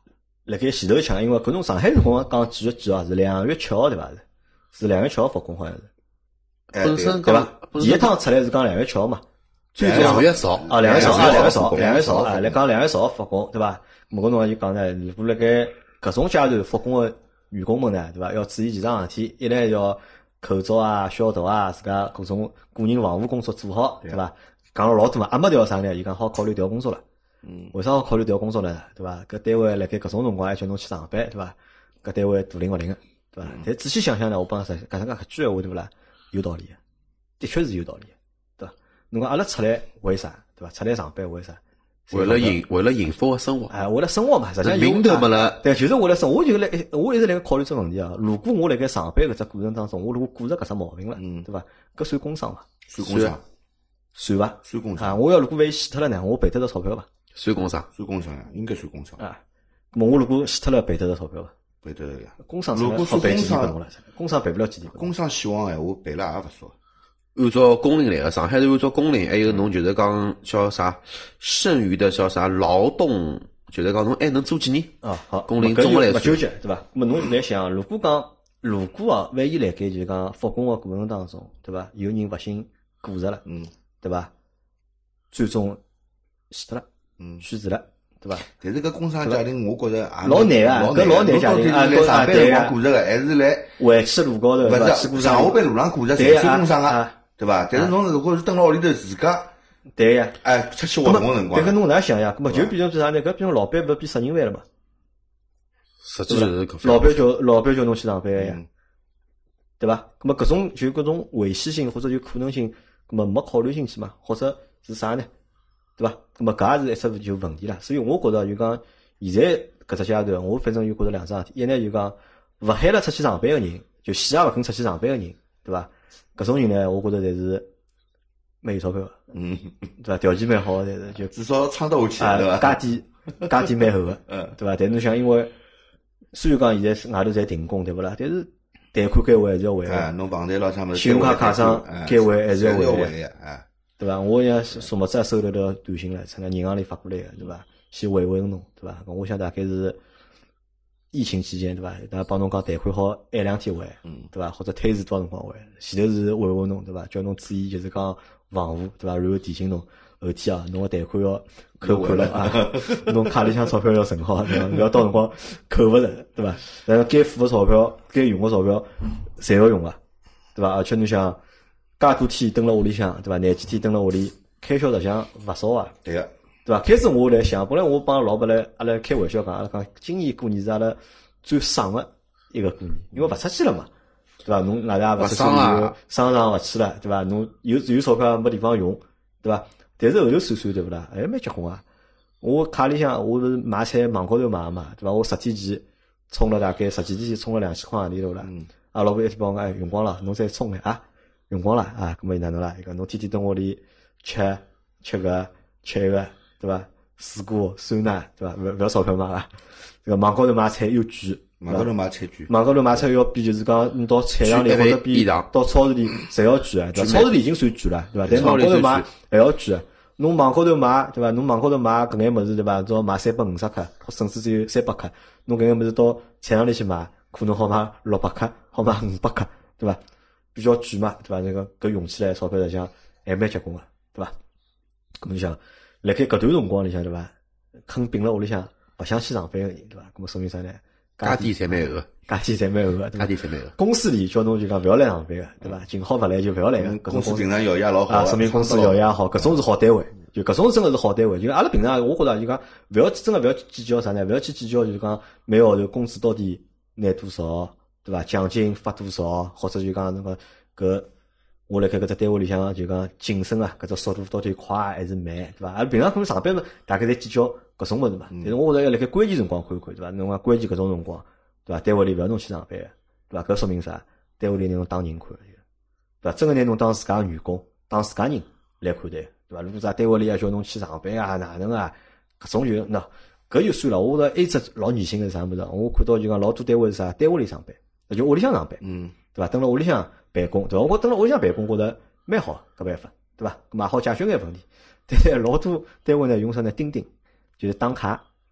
辣盖前头一枪，因为搿种上海辰光讲几月几号是2月7号对伐？是2月7号复工好像是。 本身对伐？第一趟出来是讲2月7号嘛。最终 2月10号啊，2月10号，2月10号，2月10号啊，来讲2月10号复工对伐？搿辰光就讲呢，如果辣盖搿种阶段复工个员工们呢，对伐？要注意几桩事体，一来要口罩啊、消毒啊，自家各种个人防护工作做好，对伐？讲了老多嘛，阿没调啥呢？伊讲好考虑调工作了。为啥好考虑调工作呢？对伐？搿单位辣盖搿种辰光还叫侬去上班，对伐？搿单位大灵勿灵个，对伐？但仔细想想呢，我帮搿能介搿句闲话对勿啦？有道理个，的确是有道理个，对伐？侬讲阿拉出来为啥？对伐？出来上班为啥？ 为了幸福个生活。 哎，为了生活嘛，实际上名头没了。 对，就是为了生活。我一直辣盖考虑这个问题啊。如果我辣盖上班搿只过程当中，我如果顾着搿只毛病了，对伐？搿算工伤伐？ 算工伤， 算伐？ 算工伤啊！我要如果万一死脱了呢，我赔得着钞票伐？ 算工伤， 算工伤呀，应该算工伤啊。咾么我如果死脱了，赔得着钞票伐？ 赔得着呀。 工伤如果算工伤， 工伤赔不了几钿。 工伤死亡闲话赔了也勿少。 按照工龄来个，上海是按照工龄，还有侬就是讲叫啥剩余的叫啥劳动，就是讲侬还能做几年啊？好， 工龄总的来说勿纠结，对伐？咾么侬来想，如果啊，万一辣盖就是讲复工个过程当中，对伐？有人勿幸过世了，对伐？最终死脱了，去世了，对伐？ 但是搿工伤家庭，我觉着老难啊，搿老难家庭啊， 来上班辰光过着个，还是来回去路高头， 勿是上下班路上过着，侪算工伤啊。对伐？但是侬如果是蹲辣屋里头自家， 对呀， 哎，出去活动个辰光， 但搿侬哪想呀？搿么就变成啥呢？搿变成老板勿变杀人犯了嘛？ 实际就是老板叫侬去上班个呀，对伐？搿么搿种危险性或者有可能性，搿么没考虑进去嘛？或者是啥呢？对伐？搿么搿也是一只就问题啦。所以我觉着就讲现在搿只阶段，我反正就觉着两桩事体，一呢就讲勿喊了出去上班个人，就死也勿肯出去上班个人，对伐？搿种人呢，我觉着侪是蛮有钞票个，对伐？条件蛮好个，侪是就至少撑得下去，对伐？ 家底蛮厚个，对伐？但是侬想，因为虽然讲现在是外头侪停工，对勿啦？但是贷款该还还是要还个， 侬房贷咾啥物事， 信用卡商该还还是要还个，对伐？我像什么子也收到条短信了，从银行里发过来个，对伐？先慰问侬，对伐？我想大概是疫情期间，对伐？大家帮侬讲贷款好1-2天还，对伐？或者推迟多少辰光还？前头是慰问侬，对伐？叫侬注意就是讲防护，对伐？然后提醒侬后天啊，侬个贷款要扣款了啊，侬卡里向钞票要存好，对伐？勿要到辰光扣勿着，对伐？但是该付个钞票、该用个钞票，侪要用啊，对伐？而且侬想，介多天蹲辣屋里向，对伐？廿几天蹲辣屋里，开销实际上勿少啊。 对个。 对伐？开始我来想，本来我帮老板阿拉开玩笑讲，阿拉讲今年过年是阿拉最爽个一个过年，因为勿出去了嘛，对伐？侬哪能也勿出去旅游，商场勿去了，对伐？侬有钞票没地方用，对伐？但是后头算算对勿啦？还蛮结棍啊！我卡里向我是买菜网高头买嘛，对伐？我10天前充了大概10几天前充了2000块洋钿了啦。啊，老板一天帮我讲，用光了，侬再充眼啊，用光了啊，搿么哪能啦？伊讲侬天天蹲屋里吃搿吃一个。对伐？水果、酸奶，对伐？勿要钞票买啦。这个网高头买菜又贵， 网高头买菜贵， 网高头买菜要比就是讲你到菜场里或者比到超市里侪要贵啊，对伐？超市里已经算贵了，对伐？但网高头买还要贵。侬网高头买，对伐？侬网高头买搿眼物事，对伐？只要买350克，甚至只有300克。侬搿眼物事到菜场里去买，可能好买600克，好买500克，对伐？比较贵嘛，对伐？那个搿用起来钞票实际上还蛮结棍个，对伐？搿么想。辣盖搿段辰光里向对伐？肯并辣屋里向勿想去上班个人对伐？搿么说明啥呢？ 家底侪蛮厚个， 家底侪蛮厚个，对伐？ 家底侪蛮厚。 公司里叫侬就讲勿要来上班个，对伐？尽好勿来就勿要来个。 公司平常效益老好啊，说明公司效益好，搿种是好单位，就搿种真个是好单位。就阿拉平常我觉着就讲勿要真个勿要去计较啥呢？勿要去计较就是讲每号头工资到底拿多少，对伐？奖金发多少，或者就讲那个搿。我辣盖搿只单位里向就讲晋升啊，搿只速度到底快还是慢，对伐？阿拉平常可能上班嘛，大概侪计较搿种物事嘛。但是我觉着要辣盖关键辰光看看，对伐？侬讲关键搿种辰光，对伐？单位里勿要侬去上班，对伐？搿说明啥？单位里拿侬当人看，对伐？真个拿侬当自家员工，当自家人来看待，对伐？如果啥单位里要叫侬去上班啊，哪能啊？搿种就喏，搿就算了。我觉着还只老恶心个是啥物事？我看到就讲老多单位是啥？单位里上班，那就屋里向上班，对伐？等辣屋里向。办公对伐？我等辣屋里向办公觉着蛮好，搿办法对伐？咁嘛好解决眼问题。但是老多单位呢用啥呢？钉钉，就是打卡，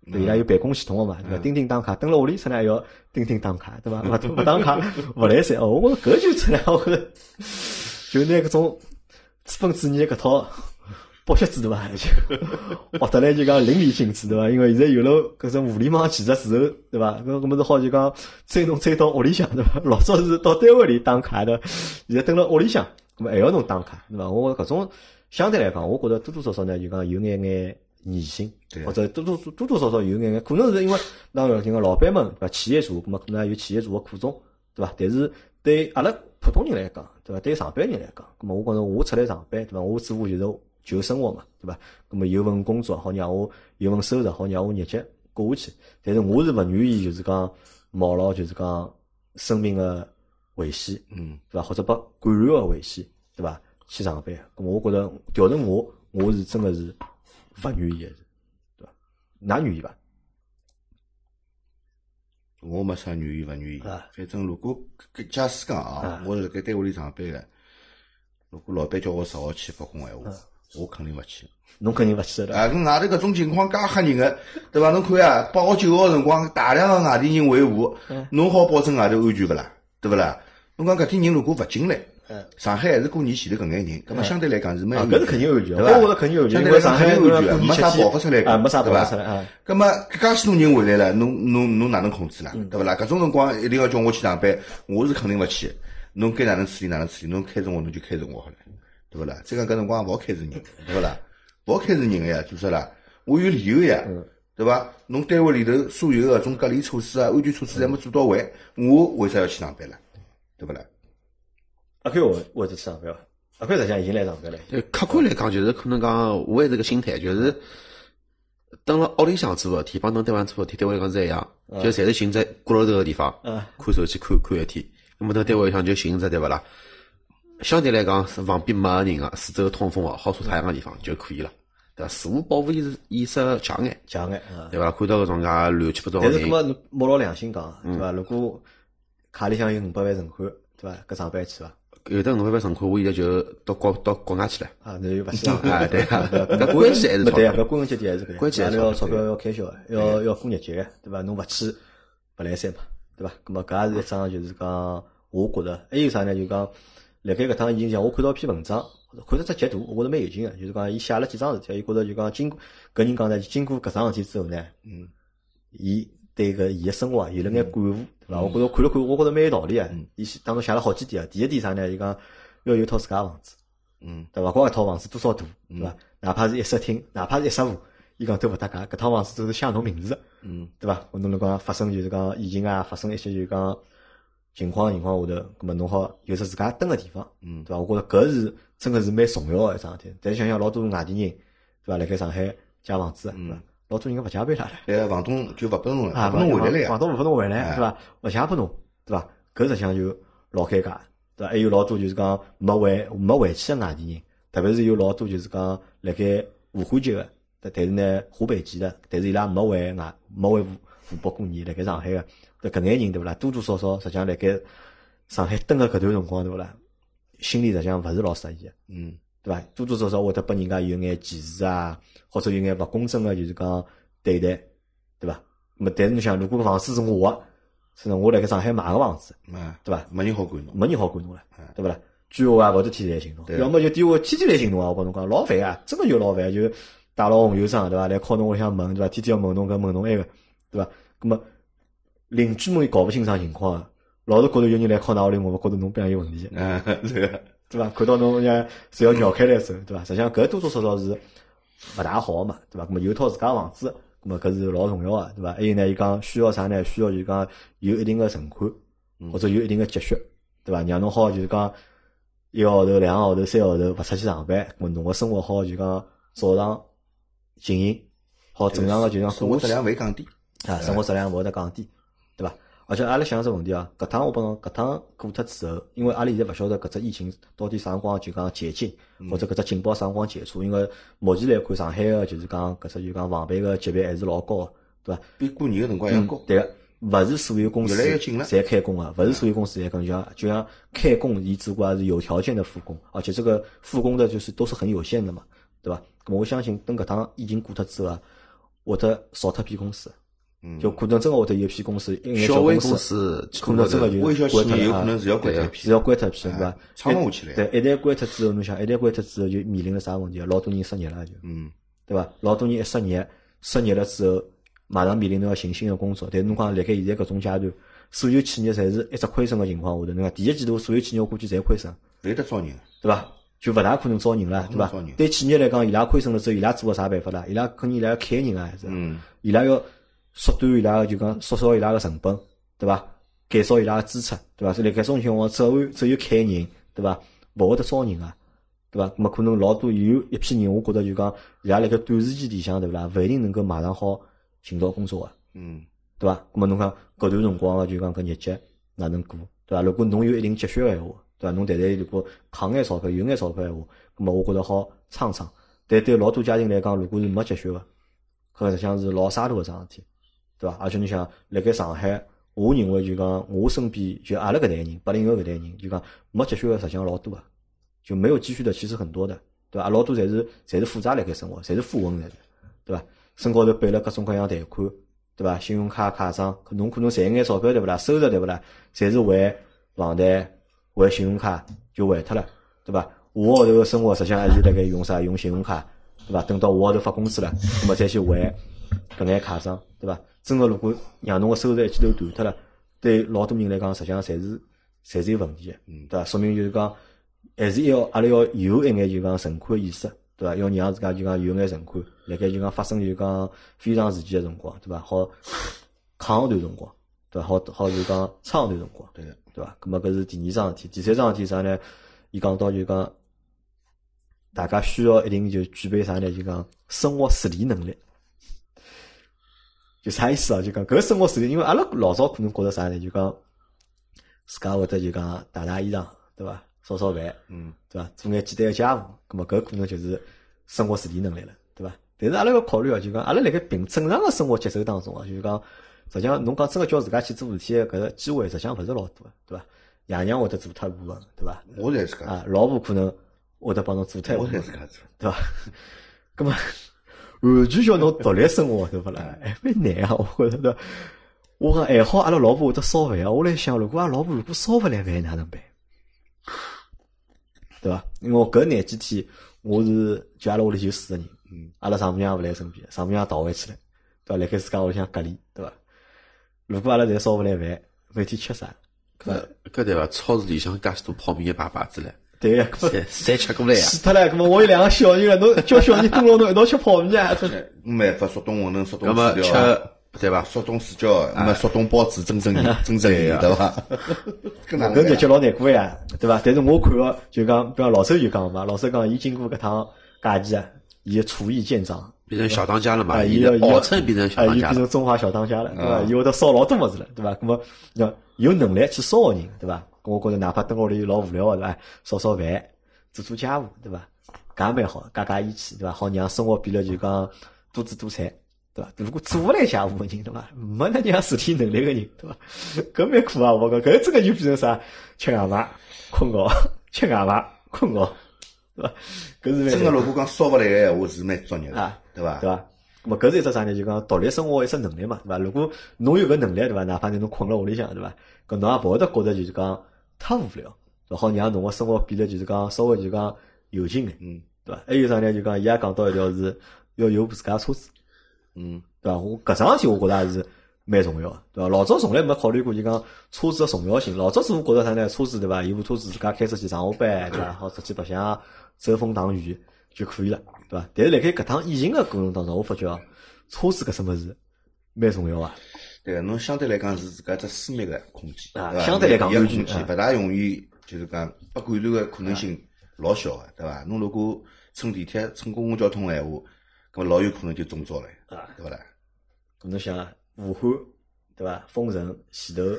伊拉有办公系统个嘛，对伐？钉钉打卡，登了屋里出来要钉钉打卡，对伐？勿打卡勿来三。哦，我搿就出来，我就拿搿种资本主义搿套剥削制度伐，就学得来就讲淋漓尽致，对伐？因为现在有了搿种互联网技术之后，对伐？搿么是好就讲追到屋里向，对伐？老早是到单位里打卡的，现在登了屋里向，搿么还要侬打卡，对伐？我搿种相对来讲，我觉得多多少少呢，就讲有眼迷信，或者多少少有眼，可能是因为当然，就讲老板们对伐？企业主，搿么可能有企业主个苦衷，对伐？但是对阿拉普通人来讲，对伐？对上班人来讲，搿么我觉着我出来上班，对伐？我做就是求生活嘛，对伐？搿么有份工作好让我有份收入，好让我日脚过下去。但是我是勿愿意就是讲冒了就是讲生命个危险，对伐？或者把感染个危险，对伐？去上班，咁我觉着调成我是真个是勿愿意个，对伐？㑚愿意伐？ 我没啥愿意勿愿意，反正如果假使讲啊，我是辣盖单位里上班个，如果老板叫我10号去复工闲话，我肯定勿去。 侬肯定勿去的。 跟外头搿种情况介吓人个，对伐？侬看啊，8号9号辰光大量个外地人维护，侬好保证外头安全勿啦？对勿啦？侬讲搿点人如果勿进来。上海还是过年前头搿眼人，葛末相对来讲是蛮安全， 搿是肯定安全， 对伐？ 我觉着肯定安全， 相对来讲上海肯定安全，没啥爆发出来没啥对伐？葛末介许多人回来了，侬哪能控制啦？对勿啦？搿种辰光一定要叫我去上班，我是肯定勿去。侬该哪能处理哪能处理，侬开除我侬就开除我好了，对勿啦？再讲搿辰光勿好开除人，对勿啦？勿好开除人个呀，做啥啦？我有理由个呀，对伐？侬单位里头所有个种隔离措施啊、安全措施侪没做到位，我为啥要去上班啦？对勿啦？ 阿 Q 我是去上班，阿 Q 实际上已经来上班了。 客观来讲，就是可能讲，我也是个心态，就是等了屋里向做事体，帮侬单位做事体，对我来讲是一样，就侪是寻只角落头个地方，看手机看一天。那么到单位里向就寻只对勿啦？相对来讲是旁边没人个，四周通风个，好晒太阳个地方就可以了，对伐？自我保护意识强眼，对伐？看到搿种介乱七八糟个人， 但是搿么摸牢良心讲，对伐？如果卡里向有500万存款，对伐？搿上班去伐？ 有的500万存款，我现在就到国外去了。 啊，那就勿去了。 对啊，搿关系还是对啊，搿归根结底还是搿。 关键要钞票要开销，要过日节，对伐？侬勿去勿来三嘛，对伐？搿么搿也是一桩就是讲，我觉着还有啥呢？就讲辣盖搿趟疫情下，我看到一篇文章，看到只截图，我觉着蛮有劲个，就是讲伊写了几桩事体，伊觉着就讲经过搿人讲呢，经过搿桩事体之后呢，伊对搿伊个生活有了眼感悟，对伐？我觉着看了看，我觉着蛮有道理啊。伊当中写了好几点啊。第一点啥呢？伊讲要有套自家房子，对伐？光一套房子多少大，对伐？哪怕是一室厅，哪怕是一室户，伊讲都勿搭界。搿套房子都是写侬名字的，对伐？侬如讲发生就是讲疫情啊，发生一些就是讲情况下头，葛末侬好有只自家蹲个地方，对伐？我觉着搿是真个是蛮重要个一桩事体。但是想想老多外地人，对伐？辣盖上海借房子，对伐？老多人勿借拨伊拉了， 房东就勿拨侬了，拨侬回来了呀。 房东勿拨侬回来，对伐？勿借拨侬，对伐？搿实际上就老尴尬，对伐？还有老多就是讲没回去个外地人，特别是有老多就是讲辣盖武汉籍个，但是呢湖北籍的，但是伊拉没回湖北过年，辣盖上海个，搿眼人对勿啦？多多少少实际上辣盖上海蹲个搿段辰光对勿啦？心里实际上勿是老适意个，对伐？多多少少会得拨人家有眼歧视啊，或者有眼勿公正个，就是讲对待，对伐？那么，但是侬想，如果房子是我个，是我辣盖上海买个房子，对伐？ 没人好管侬， 没人好管侬了，对勿啦？居委会也勿会天天来寻侬，要么就居委会天天来寻侬啊！我跟侬讲，老烦啊，真个就老烦，就带牢红油箱，对伐？来敲侬屋里向门，对伐？天天要问侬搿问侬埃个，对伐？那么邻居们也搞勿清爽情况啊，老是觉着有人来敲㑚屋里门，觉着侬边有问题，对伐？看到侬像侪要绕开来走，对伐？实际上搿多多少少是勿大好嘛，对伐？那么有套自家房子，那么搿是老重要个，对伐？还有呢，伊讲需要啥呢？需要就是讲有一定个存款，或者有一定个积蓄，对伐？让侬好就是讲1个号头、2个号头、3个号头勿出去上班，那么侬个生活好就讲照常经营，好正常个就讲生活质量勿会降低啊，生活质量勿会得降低，对伐？而且阿拉想只问题啊，搿趟我帮侬搿趟过脱之后，因为阿拉现在勿晓得搿只疫情到底啥辰光就讲解禁，或者搿只警报啥辰光解除，因为目前来看上海个就是讲搿只就讲防备个级别还是老高个，对伐？ 比过年个辰光要高。 对个，勿是所有公司侪开工个，勿是所有公司侪跟就像开工，伊只不过是有条件的复工，而且这个复工的就是都是很有限的嘛，对伐？咁我相信等搿趟疫情过脱之后啊， 会得少脱批公司。就可能真个会得有批公司， 小微公司可能真个就微小企业有可能是要关脱批， 是要关脱批，对伐？ 撑勿下去了。 对，一旦关脱之后，侬想一旦关脱之后就面临了啥问题？老多人失业了就，对伐？老多人一失业了之后，马上面临侬要寻新的工作。但是侬讲辣盖现在搿种阶段，所有企业侪是一只亏损个情况下头，侬讲第一季度所有企业我估计侪亏损， 勿有得招人， 对伐？就勿大可能招人了，对伐？对企业来讲，伊拉亏损了之后，伊拉做个啥办法啦？伊拉肯定伊拉要开人啊，还是？伊拉要缩短伊拉个就讲缩小伊拉个成本，对伐？减少伊拉个支出，对伐？所以辣盖种情况只有开人，对伐？勿会得招人啊，对伐？那么可能老多有一批人，我觉得就讲伊拉辣盖短时间里向，对勿啦？勿一定能够马上好寻到工作个，对伐？那么侬讲搿段辰光个就讲搿日脚哪能过，对伐？如果侬有一定积蓄个闲话，对伐？侬谈谈如果扛眼钞票、有眼钞票闲话，那么我觉得好撑撑。但对老多家庭来讲，如果是没积蓄个，搿实际上是老沙头个桩事体。对伐？而且你想，辣盖上海，我认为就讲我身边就阿拉搿代人，80后搿代人，就讲没积蓄个实际上老多个，就没有积蓄的其实很多的，对伐？老多侪是负债辣盖生活，侪是富翁来的，对伐？身高头背了各种各样贷款，对伐？信用卡卡账，侬可能赚眼钞票对勿啦？收入对勿啦？侪是还房贷、还信用卡就还脱了，对伐？下号头个生活实际上还是辣盖用啥？用信用卡，对伐？等到下号头发工资了，那么再去还搿眼卡账，对伐？真个如果让侬个收入一记头断脱了，对老多人来讲，实际上侪是有问题个，对伐？说明就是讲，还是阿拉要有一眼就讲存款个意识，对伐？要让自家就讲有眼存款，辣盖就讲发生就讲非常时期个辰光，对伐？好扛一段辰光，对伐？好就讲撑一段辰光，对伐？咁么搿是第二桩事体，第三桩事体啥呢？伊讲到就讲，大家需要一定就具备啥呢？就讲生活自理能力。就啥意思啊？就讲搿生活自理，因为阿拉老早可能觉得啥呢？就讲自家会得就讲洗衣裳，对伐？烧饭，对伐？做眼简单个家务，咁么搿可能就是生活自理能力了，对伐？但是阿拉要考虑啊，就讲阿拉辣盖正常个生活节奏当中啊，就是讲实际上侬讲真个叫自家去做事体搿个机会，实际上勿是老多个，对伐？爷娘会得做脱部分，对伐？ 我侪自家啊，老婆可能会得帮侬做脱一部分， 我侪自家做， 对伐？咁么。完全叫侬独立生活，对勿啦？还蛮难啊！我觉得，我讲还好，阿拉老婆会得烧饭啊。我来想，如果阿拉老婆如果烧勿来饭，哪能办？对伐？因为我搿廿几天，我是就阿拉屋里就4个人，阿拉丈母娘勿来身边，丈母娘逃回去了，对伐？辣盖自家屋里向隔离，对伐？如果阿拉侪烧勿来饭，每天吃啥？ 搿对伐？超市里向介许多泡面排子唻。 对呀， 侪吃过来呀！ 死脱了，搿么我有2个小人了，侬叫小人跟牢侬一道吃泡面啊？ 没办法，速冻馄饨、速冻水饺，吃对伐？ 速冻水饺，那么速冻包子、蒸鱼，对伐？ 搿日脚老难过呀，对伐？但是我看个就讲，比方老周就讲嘛，老周讲伊经过搿趟假期啊，伊厨艺见长， 变成小当家了嘛？伊号称变成小当家， 变成中华小当家了，对伐？伊会得烧老多物事了，对伐？搿么有能力去烧个人，对伐？我觉着哪怕蹲屋里老无聊个，对伐？烧饭，做家务，对伐？搿也蛮好，加义气，对伐？好让生活变得就讲多姿多彩，对伐？如果做勿来家务个人，对伐？没那样自理能力个人，对伐？搿蛮苦啊！我讲搿真个就变成啥？吃外卖，困觉，吃外卖，困觉，对伐？搿是真个，如果讲烧勿来个闲话，是蛮作孽个，对伐？ 对伐？咾么搿是一只啥呢？就讲独立生活一只能力嘛，对伐？如果侬有搿能力，对伐？哪怕侬困辣屋里向，对伐？搿侬也勿会得觉得就是讲太无聊，对好让侬个生活变得就是讲稍微就讲有劲眼，对伐？还有啥呢？就讲伊也讲到一条是要有部自家车子，对伐？我搿桩事体我觉得也是蛮重要个，对伐？老早从来没考虑过就讲车子个重要性，老早子我觉得啥呢？车子对伐？有部车子自家开出去上下班，对伐？好出去白相遮风挡雨就可以了，对伐？但是辣盖搿趟疫情个过程当中，我发觉车子搿什物事蛮重要啊。 对，侬相对来讲是自家只私密个空间， 啊，相对来讲空间勿大容易，就是讲被感染个可能性老小个，对伐？侬如果乘地铁、乘公共交通个闲话，搿么老有可能就中招了，对勿啦？ 搿侬想武汉，对伐？封城前头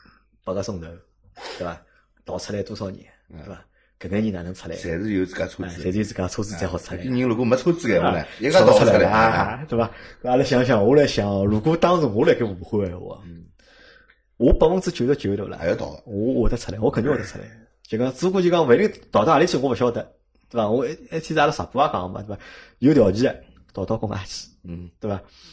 8个钟头，对伐？逃出来多少人，对伐？搿个人哪能出来？ 侪是有自家车子， 侪是有自家车子才好出来。 人如果没车子个话呢，一个逃出来啊，对伐？阿拉想想，我来想，如果当时我辣盖武汉闲话，我99%对伐？ 还要逃， 我会得出来，我肯定会得出来。就讲，只不过就讲，勿一定逃到何里去，我勿晓得，对伐？我一天阿拉直播也讲嘛，对伐？有条件逃到国外去，对伐？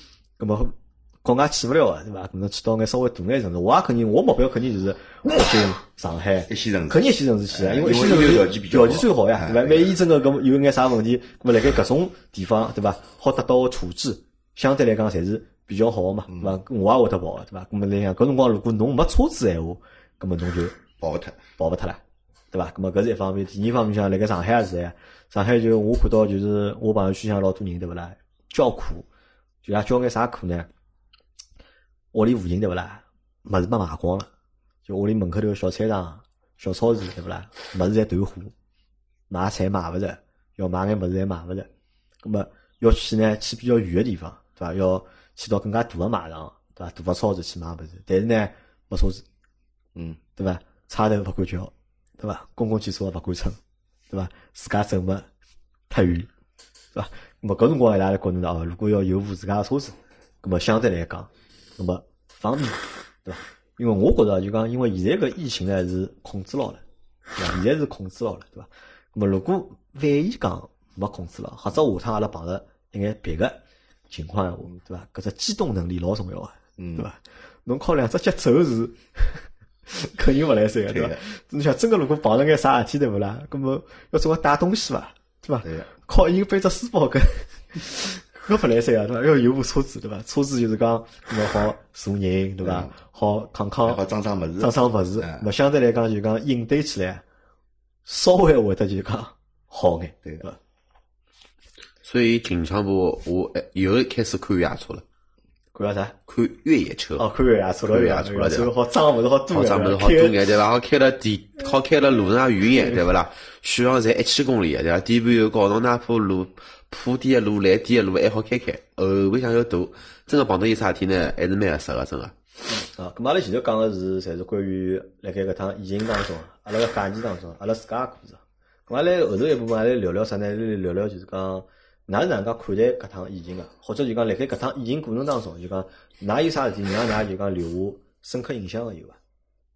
搿么国外去勿了个，对伐？可能去到眼稍微大眼城市，我也肯定，我目标肯定就是北京、上海一线城市， 肯定一线城市去啊，因为一线城市条件最好呀，对伐？万一真个搿有眼啥问题，搿么辣盖搿种地方，对伐？好得到个处置，相对来讲侪是比较好个嘛，对伐？我也会得跑个，对伐？搿么来讲，搿辰光如果侬没车子闲话，搿么侬就跑勿脱了。对伐？咁么搿是一方面，第二方面像辣盖上海也是呀。上海就我看到就是我朋友圈像老多人对勿啦？叫苦，就也叫眼啥苦呢？屋里附近对勿啦？物事没卖光了，就屋里门口头小菜场、小超市对勿啦？物事侪断货，买菜买勿着，要买眼物事侪买勿着。咁么要去呢？去比较远个地方，对伐？要去到更加大个卖场，对伐？大个超市去买物事，但是呢没车子，对伐？差头勿敢叫。对伐？公共汽车也勿敢乘，对伐？自家走嘛太远，对伐？那么搿辰光伊拉来觉着哦，如果要有部自家个车子，那么相对来讲，那么方便，对伐？因为我觉着就讲，因为现在搿疫情呢是控制牢了，对伐？现在是控制牢了，对伐？那么如果万一讲没控制牢，或者下趟阿拉碰着一眼别个情况闲话，对伐？搿只机动能力老重要个，对伐？侬靠两只脚走是。肯定勿来三个，对伐？侬想真个如果碰着眼啥事体对勿啦？搿么要总归带东西伐？对伐？靠硬背只书包搿勿来三个，对伐？要有部车子，对伐？车子就是讲，搿么好坐人，对伐？好扛， 好装物事， 装物事。咾相对来讲就讲应对起来稍微会得就讲好眼，对伐？ 所以近腔部我又开始看越野车了。 看啥？ 看越野车。 哦，看越野车了， 越野车了，对伐？好装物事好多眼， 装物事好多眼，对伐？好开了路上远眼，对勿啦？续航才1千公里，对伐？底盘又高，侬哪怕路铺点个路、烂点个路还好开，后备箱又大，真个碰到有啥事体呢？还是蛮合适个，真个。 咁阿拉前头讲个是，侪是关于辣盖搿趟疫情当中，阿拉个假期当中，阿拉自家个故事。咁阿拉后头一部分阿拉聊聊啥呢？聊聊就是讲。㑚是哪能介看待搿趟疫情个？或者就讲辣盖搿趟疫情过程当中，就讲㑚有啥事体让㑚就讲留下深刻印象个有伐？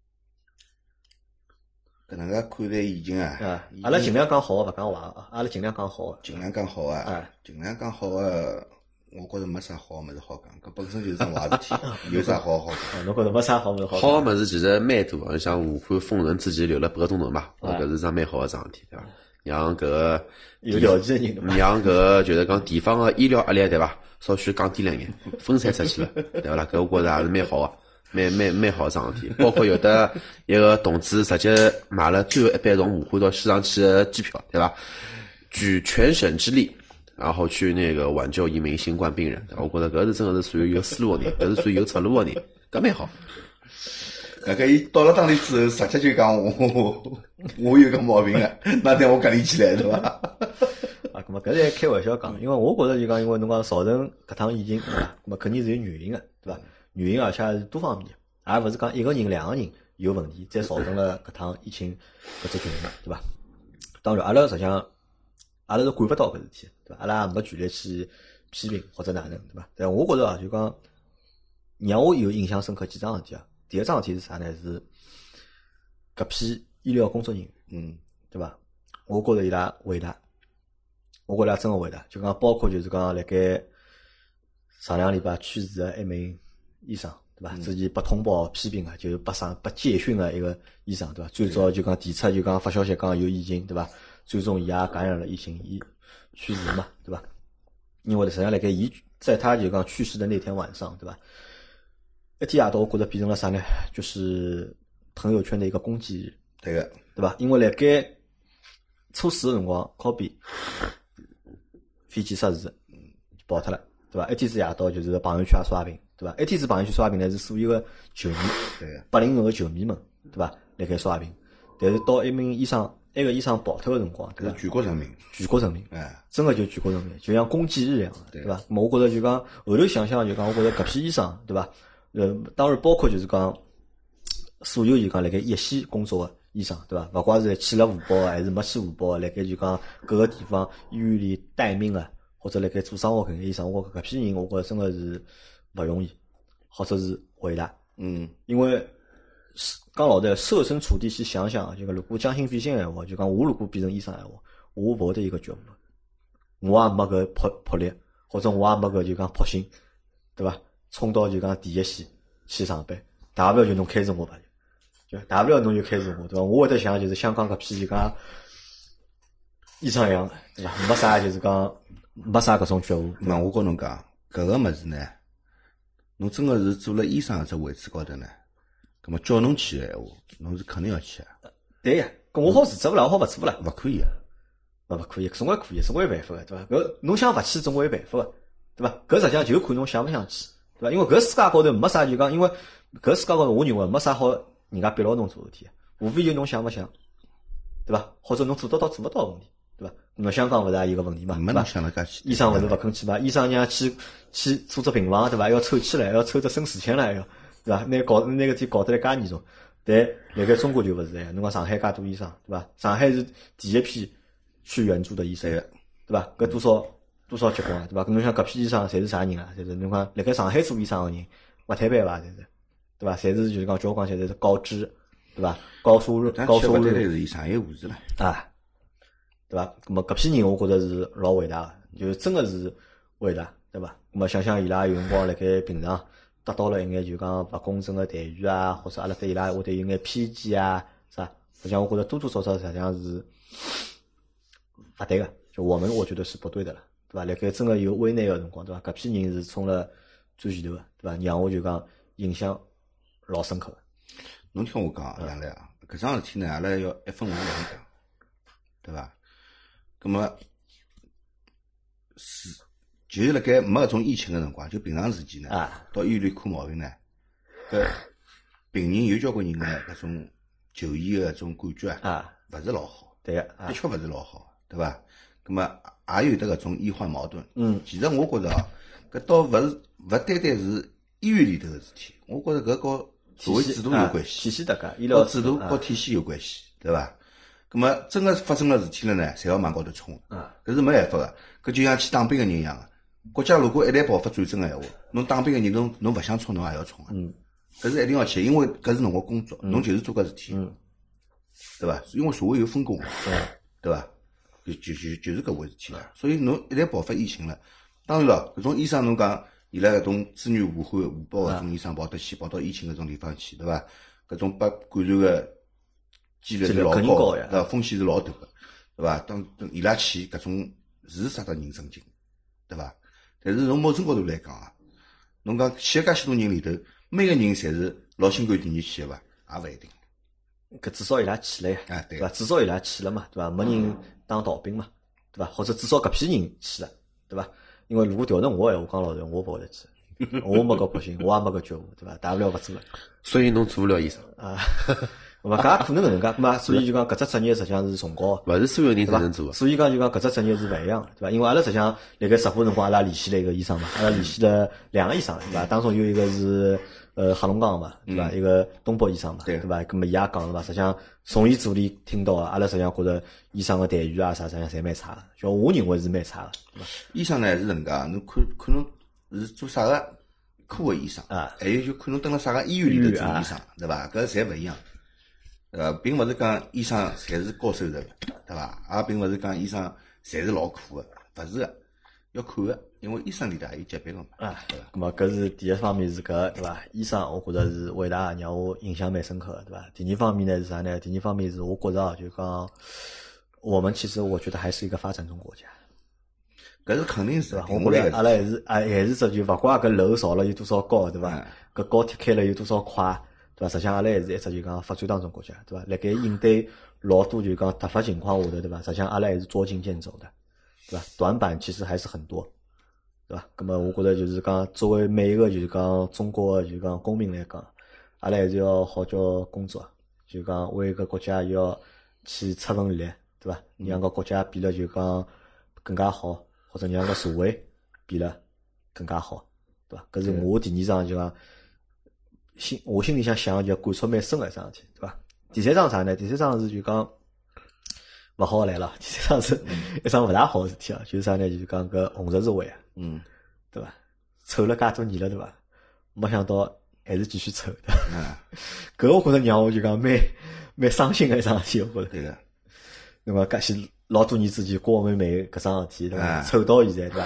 搿能介看待疫情啊？ 阿拉尽量讲好个，勿讲坏个。阿拉尽量讲好个。 尽量讲好个。尽量讲好个，我觉着没啥好个物事好讲，搿本身就是桩坏事体，有啥好讲？ 侬觉着没啥好物事好讲？ 好个物事其实蛮多，你像武汉封城之前留了8个钟头嘛，搿是桩蛮好个桩事体，对伐？让搿个有条件的人， 让搿个就是讲地方个医疗压力，对伐？稍许降低了眼，分散出去了，对伐啦？搿我觉着也是蛮好个，蛮好桩事体。包括有的一个同志直接买了最后一班从武汉到西藏去的机票，对伐？举全省之力，然后去那个挽救一名新冠病人。我觉着搿是真的是属于有思路的人，搿是属于有策路的人，搿蛮好。 搿伊到了当地之后，直接就讲我有个毛病个，那天我隔离起来，对伐？ 咁么搿是开玩笑讲，因为我觉着就讲，因为侬讲造成搿趟疫情，对伐？咁么肯定是有原因个，对伐？原因而且是多方面，而勿是讲一个人、两个人有问题，再造成了搿趟疫情搿只局面，对伐？当然，阿拉实际上阿拉是管勿到搿事体，对伐？阿拉也没权利去批评或者哪能，对伐？但我觉着啊，就讲让我有印象深刻几桩事体啊。第一桩事体是啥呢？是搿批医疗工作人员，对伐？我觉着伊拉伟大，我觉着伊拉真个伟大。就讲包括就是讲辣盖上两礼拜去世的一名医生，对伐？之前被通报批评个，就是被戒训个一个医生，对伐？最早就讲提出就讲发消息讲有疫情，对伐？最终伊也感染了疫情，伊去世嘛，对伐？因为实际上辣盖伊在他就讲去世的那天晚上，对伐？一天夜到，我觉着变成了啥呢？就是朋友圈的一个攻击日， 对个， 对伐？因为辣盖初四个辰光，靠边飞机失事，跑脱了，对伐？一天子夜到就是朋友圈刷屏，对伐？一天子朋友圈刷屏呢是所有的球迷， 对个 ，80后的球迷们，对伐？辣盖刷屏，但是到一名医生，埃个医生跑脱个辰光，对伐？ 全国人民， 真个就全国人民，就像公祭日一样，对伐？咾我觉着就讲后头想想就讲，我觉着搿批医生，对伐？当然包括就是讲所有就讲辣盖一线工作的医生，对伐？勿怪是去了互报还是没去互报，辣盖就讲各个地方医院里待命啊，或者辣盖做生活搿个医生，我搿批人，我觉着真个是勿容易，或者是伟大。因为讲老实，设身处地去想想，就讲如果将心比心闲话，就讲我如果变成医生闲话，我勿会得一个觉悟，我也没搿魄力，或者我也没搿就讲魄心， 对伐？冲到就讲第一线去上班，大不了就侬开除我吧，就大不了侬就开除我，对伐？我会得像就是香港搿批就讲医生一样，对伐？没啥就是讲没啥搿种觉悟。 那我跟侬讲，搿个物事呢，侬真个是做了医生搿只位置高头呢，葛末叫侬去个闲话，侬是肯定要去个。 对呀，搿我好辞职勿啦？我好勿做勿啦？ 勿可以个。 勿可以，总归可以，总归有办法个，对伐？搿侬想勿去，总归有办法个，对伐？搿实际上就看侬想勿想去，对伐？因为搿世界高头没啥就讲，因为搿世界高头我认为没啥好人家逼牢侬做事体，无非就侬想勿想，对伐？或者侬做得到做勿到问题，对伐？侬香港勿是也有个问题嘛？ 没侬想了介去。 医生勿是勿肯去嘛？医生让去做只病房，对伐？要抽起来，要抽只生死签来，要对伐？拿个事体搞得来介严重，但辣盖中国就勿是呀。侬讲上海介多医生，对伐？上海是第一批去援助的医生，对伐？搿多少结棍啊，对伐？侬想搿批医生侪是啥人啊？侪是侬讲辣盖上海做医生个人，勿摊板伐？侪是，对伐？侪是就是讲叫我讲起来侪是高知，对伐？高收入， 是医生，还有护士了啊，对伐？咾么搿批人我觉着是老伟大个，就是真个是伟大，对伐？咾么想想伊拉有辰光辣盖平常得到了一眼就讲勿公正个待遇啊，或者阿拉对伊拉会得有眼偏见啊，是吧？实际上我觉着多多少少实际上是勿对个，就我觉得是不对的了，对伐？辣盖真个有危难个辰光，对伐？搿批人是冲了最前头个，对伐？让我就讲印象老深刻个。 侬听我讲，杨澜啊，搿桩事体呢，阿拉要一分为两讲，对伐？葛末是就是辣盖没搿种疫情个辰光，就平常时期呢，到医院里看毛病呢，搿病人有交关人个搿种就医个搿种感觉啊，勿是老好， 对个， 的确勿是老好，对伐？葛末也有得搿种医患矛盾。其实我觉着啊，搿倒勿单单是医院里头个事体，我觉着搿和社会制度有关系， 体系搭界，医疗制度和体系有关系，对伐？葛末真个发生了事体了呢，侪要往高头冲，搿是没办法个。搿就像去当兵个人一样个，国家如果一旦爆发战争个闲话，侬当兵个人侬勿想冲，侬也要冲个。搿是一定要去，因为搿是侬个工作，侬就是做搿事体，对伐？因为社会有分工，对伐？就是搿回事体了。所以侬一旦爆发疫情了，当然了，搿种医生侬讲伊拉搿种资源互换互包搿种医生跑到疫情搿种地方去，对伐？搿种被感染个几率是老高个，对伐？风险是老大个，对伐？当伊拉去搿种是杀得人神经，对伐？但是从某种角度来讲啊，侬讲去介许多人里头，每个人侪是老新冠第二期个伐？也勿一定。 搿至少伊拉去了呀，对伐？至少伊拉去了嘛，对伐？没人当逃兵嘛，对伐？或者至少搿批人去了，对伐？因为如果调成我闲话，讲老实，我勿会得去，我没搿决心，我也没搿觉悟，对伐？大不了勿做了。 所以侬做勿了医生啊？勿搿也可能搿能介，嘛，所以就讲搿只职业实际上是崇高， 勿是所有人都能做。 所以讲就讲搿只职业是勿一样的，对伐？因为阿拉实际上辣盖直播辰光，阿拉联系了一个医生嘛，阿拉联系了2个医生，对伐？当中有一个是黑龙江嘛，对伐？一个东北医生嘛，对伐？搿么伊也讲了嘛，实际上从伊嘴里听到阿拉实际上觉着医生个待遇啊啥，实际上侪蛮差个，就我认为是蛮差个。 医生呢是搿能介，侬看侬是做啥个科个医生啊？还有就看侬蹲辣啥个医院里头做医生，对伐？搿侪勿一样。并勿是讲医生侪是高收入的，对伐？也并勿是讲医生侪是劳苦的，勿是个，要看个，因为医生里头也有级别个嘛。 对伐？咁么搿是第一方面是搿，对伐？医生我觉着是伟大，让我印象蛮深刻的，对伐？第二方面呢是啥呢？第二方面是我觉着就讲，我们其实我觉得还是一个发展中国家。 搿是肯定是对伐？我觉着阿拉还是只就勿怪搿楼造了有多少高，对伐？搿高铁开了有多少快。对伐？实际上阿拉还是一只就讲发展当中国家，对伐？辣盖应对老多就讲突发情况下头，对伐？实际上阿拉还是捉襟见肘的，对伐？短板其实还是很多，对伐？那么我觉得就是讲，作为每一个就是讲中国的就讲公民来讲，阿拉还是要好叫工作，就讲为搿国家要去出份力，对伐？让搿国家变得就讲更加好，或者让搿社会变得更加好，对伐？搿是我第二桩就讲。我心里想就感触蛮深个一桩事体，对伐？第三桩啥呢？第三桩是就讲勿好来了。第三桩是一桩勿大好个事体啊，就是啥呢？就是讲搿红十字会啊，对伐？凑了介多年了，对伐？没想到还是继续凑的。搿我觉着让我就讲蛮伤心个一桩事体，我觉着。 对个。 那么介些老多年之前郭美美搿桩事体，对伐？凑到现在，对伐？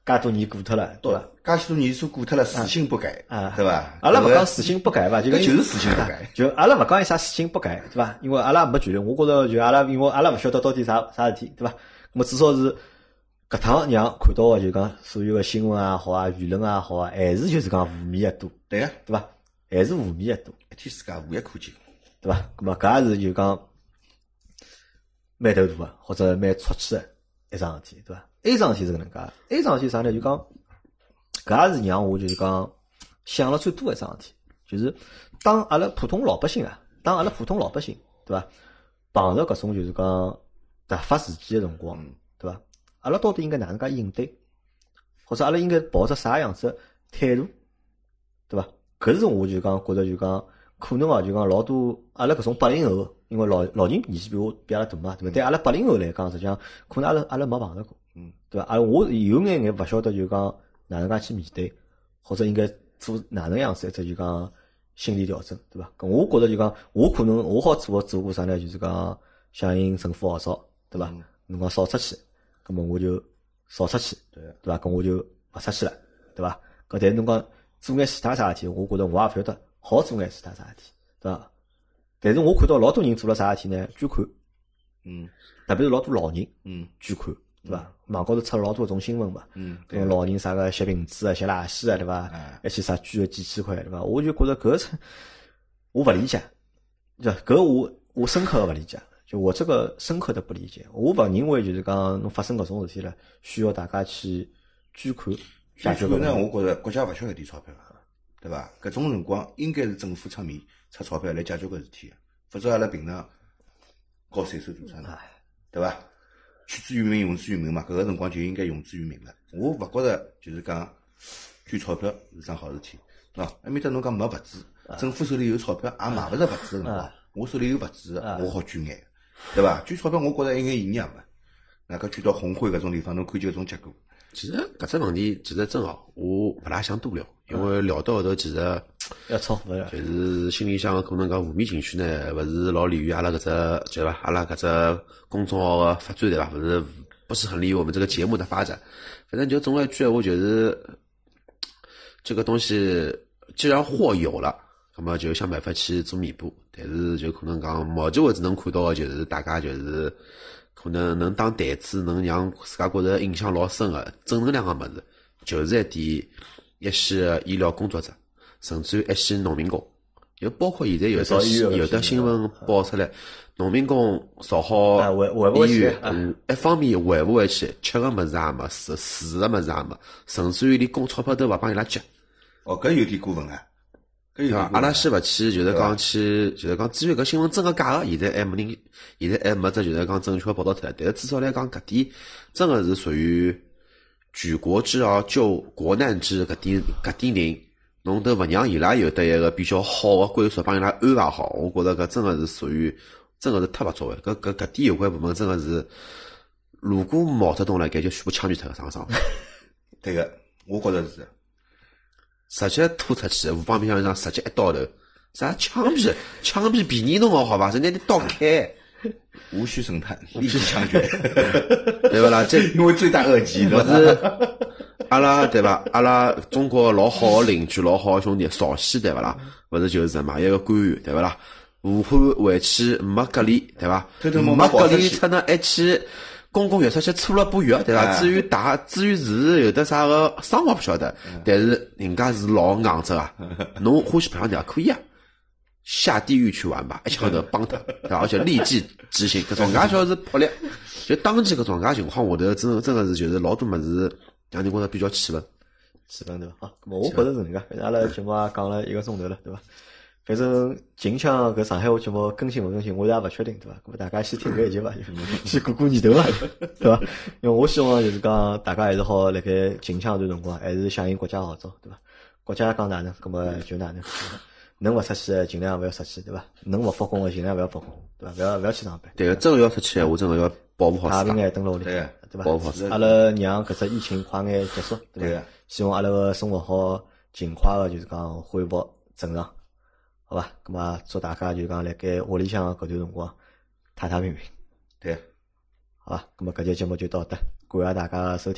介多年过脱了，对伐？ 介许多年数过脱了，死性不改，对伐？ 阿拉勿讲死性不改伐， 就是死性不改。 就阿拉勿讲有啥死性不改，对伐？因为阿拉没权利，我觉着就阿拉，因为阿拉勿晓得到底啥事体，对伐？那么至少是搿趟让看到个就讲所有个新闻也好啊，舆论也好啊，还是就是讲负面个多， 对个， 对伐？还是负面个多， 一天世界无一可及， 对伐？那么搿也是就讲蛮头大个，或者蛮出气个一桩事体，对伐？一桩事体是搿能介，一桩事体啥呢？就讲搿也是让我就是讲想了最多个一桩事体，就是当阿拉普通老百姓，对伐？碰着搿种就是讲突发事件个辰光，对伐？阿拉到底应该哪能介应对，或者阿拉应该抱着啥样子态度，对伐？搿是我就讲觉着就讲可能就讲老多阿拉搿种80后，因为老人年纪比阿拉大嘛，对伐？对阿拉80后来讲，实际上可能阿拉没碰着过，对伐？我有眼勿晓得就讲哪能介去面对，或者应该做哪能样子一只就讲心理调整，对伐？搿我觉着就讲我可能我好做过啥呢？就是讲响应政府号召，对伐？侬讲少出去，葛末我就少出去，对伐？搿我就勿出去了，对伐？搿但是侬讲做眼其他啥事体，我觉着我也勿晓得好做眼其他啥事体，对伐？但是我看到老多人做了啥事体呢？捐款，特别是老多老人，捐款，对伐？网高头出了老多种新闻嘛，老人啥个吸瓶子啊、吸垃圾啊，对伐？一起啥捐个几千块，对伐？我就觉着搿我勿理解，对伐？搿我深刻的勿理解，就我这个深刻的不理解，我勿认为就是讲侬发生搿种事体了，需要大家去捐款解决搿呢？我觉着国家勿需要搿点钞票，对伐？搿种辰光应该是政府出面出钞票来解决搿事体，否则阿拉平常交税收做啥呢？对伐？取之于民，用之于民嘛，搿个辰光就应该用之于民了。我勿觉着就是讲捐钞票是桩好事体，喏，埃面搭侬讲没物资，政府手里有钞票也买勿着物资个辰光，我手里有物资，我好捐眼，对伐？捐钞票我觉着有眼意义嘛，那搿捐到红会搿种地方，侬看就搿种结果。 其实搿只问题其实真好，我勿大想多聊，因为聊到后头其实要超负呀， 就是心里向可能讲负面情绪呢，勿是老利于阿拉搿只对伐？阿拉搿只公众号个发展对伐？不是很利于我们这个节目的发展。反正就总归一句闲话，就是这个东西既然货有了，那么就想办法去做弥补。但是就可能讲目前为止能看到的就是大家就是可能能当谈资，能让自家觉着印象老深的正能量的物事，就是一些医疗工作者，甚至于一些农民工，就包括现在有的新闻爆出来，农民工造好医院，一方面维护回去，吃个物事也没，住个物事也没，甚至于连供钞票都勿帮伊拉结。 搿有点过分啊！ 阿拉先勿去，就是讲至于搿新闻真个假个，现在还没只就是讲正确报道出来。但是至少来讲，搿点真个是属于举国之而救国难之搿点人，侬都勿让伊拉有得一个比较好个归宿，帮伊拉安排好。我觉着搿真个是属于真个是太勿作为。搿点有关部门真个是，如果毛泽东辣盖就全部枪毙脱个上。 对个，我觉着是。 直接拖出去，无方面向上直接一刀头，啥枪毙便宜侬个好吧？人家你刀开， 无需审判，立即枪决， 对不啦？这因为罪大恶极， 不是阿拉对吧？阿拉中国老好的邻居、老好的兄弟，朝鲜对不啦？不是就是嘛？一个官员对不啦？武汉回去没隔离对吧？没隔离，出呢一起。公共浴室去搓了把浴，对伐？至于是有的啥个伤我不晓得，但是人家是老硬着啊。侬欢喜漂亮可以啊，下地狱去玩吧，一枪头帮他，对伐？而且立即执行，搿种介叫是魄力。就当前搿种介情况下头，真个是就是老多物事让人觉着比较气愤对伐？好，咁我觉着是搿能介，阿拉节目也讲了1个钟头了，对伐？反正近腔搿上海话节目更新勿更新，我也勿确定，对伐？咁大家先听搿一集伐，先过年头伐，对伐？因为我希望就是讲大家还是好辣盖近腔段辰光，还是响应国家号召，对伐？国家讲哪能，咁么就哪能，能勿出去尽量勿要出去，对伐？能勿复工个尽量勿要复工，对伐？勿要去上班。 对个，真个要出去闲话，真个要保护好自家。 太平眼蹲辣屋里，对伐？ 保护好自家。 阿拉让搿只疫情快眼结束，对伐？希望阿拉个生活好尽快个就是讲恢复正常。好吧，咁么祝大家就讲辣盖屋里向搿段辰光太平平。 对， 好吧，咁么搿节节目就到这，感谢大家收听。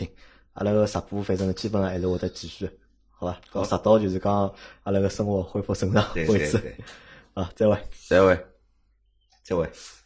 阿拉个直播反正基本上还是会得继续，好吧？直到就是讲阿拉个生活恢复正常为止。啊，再会。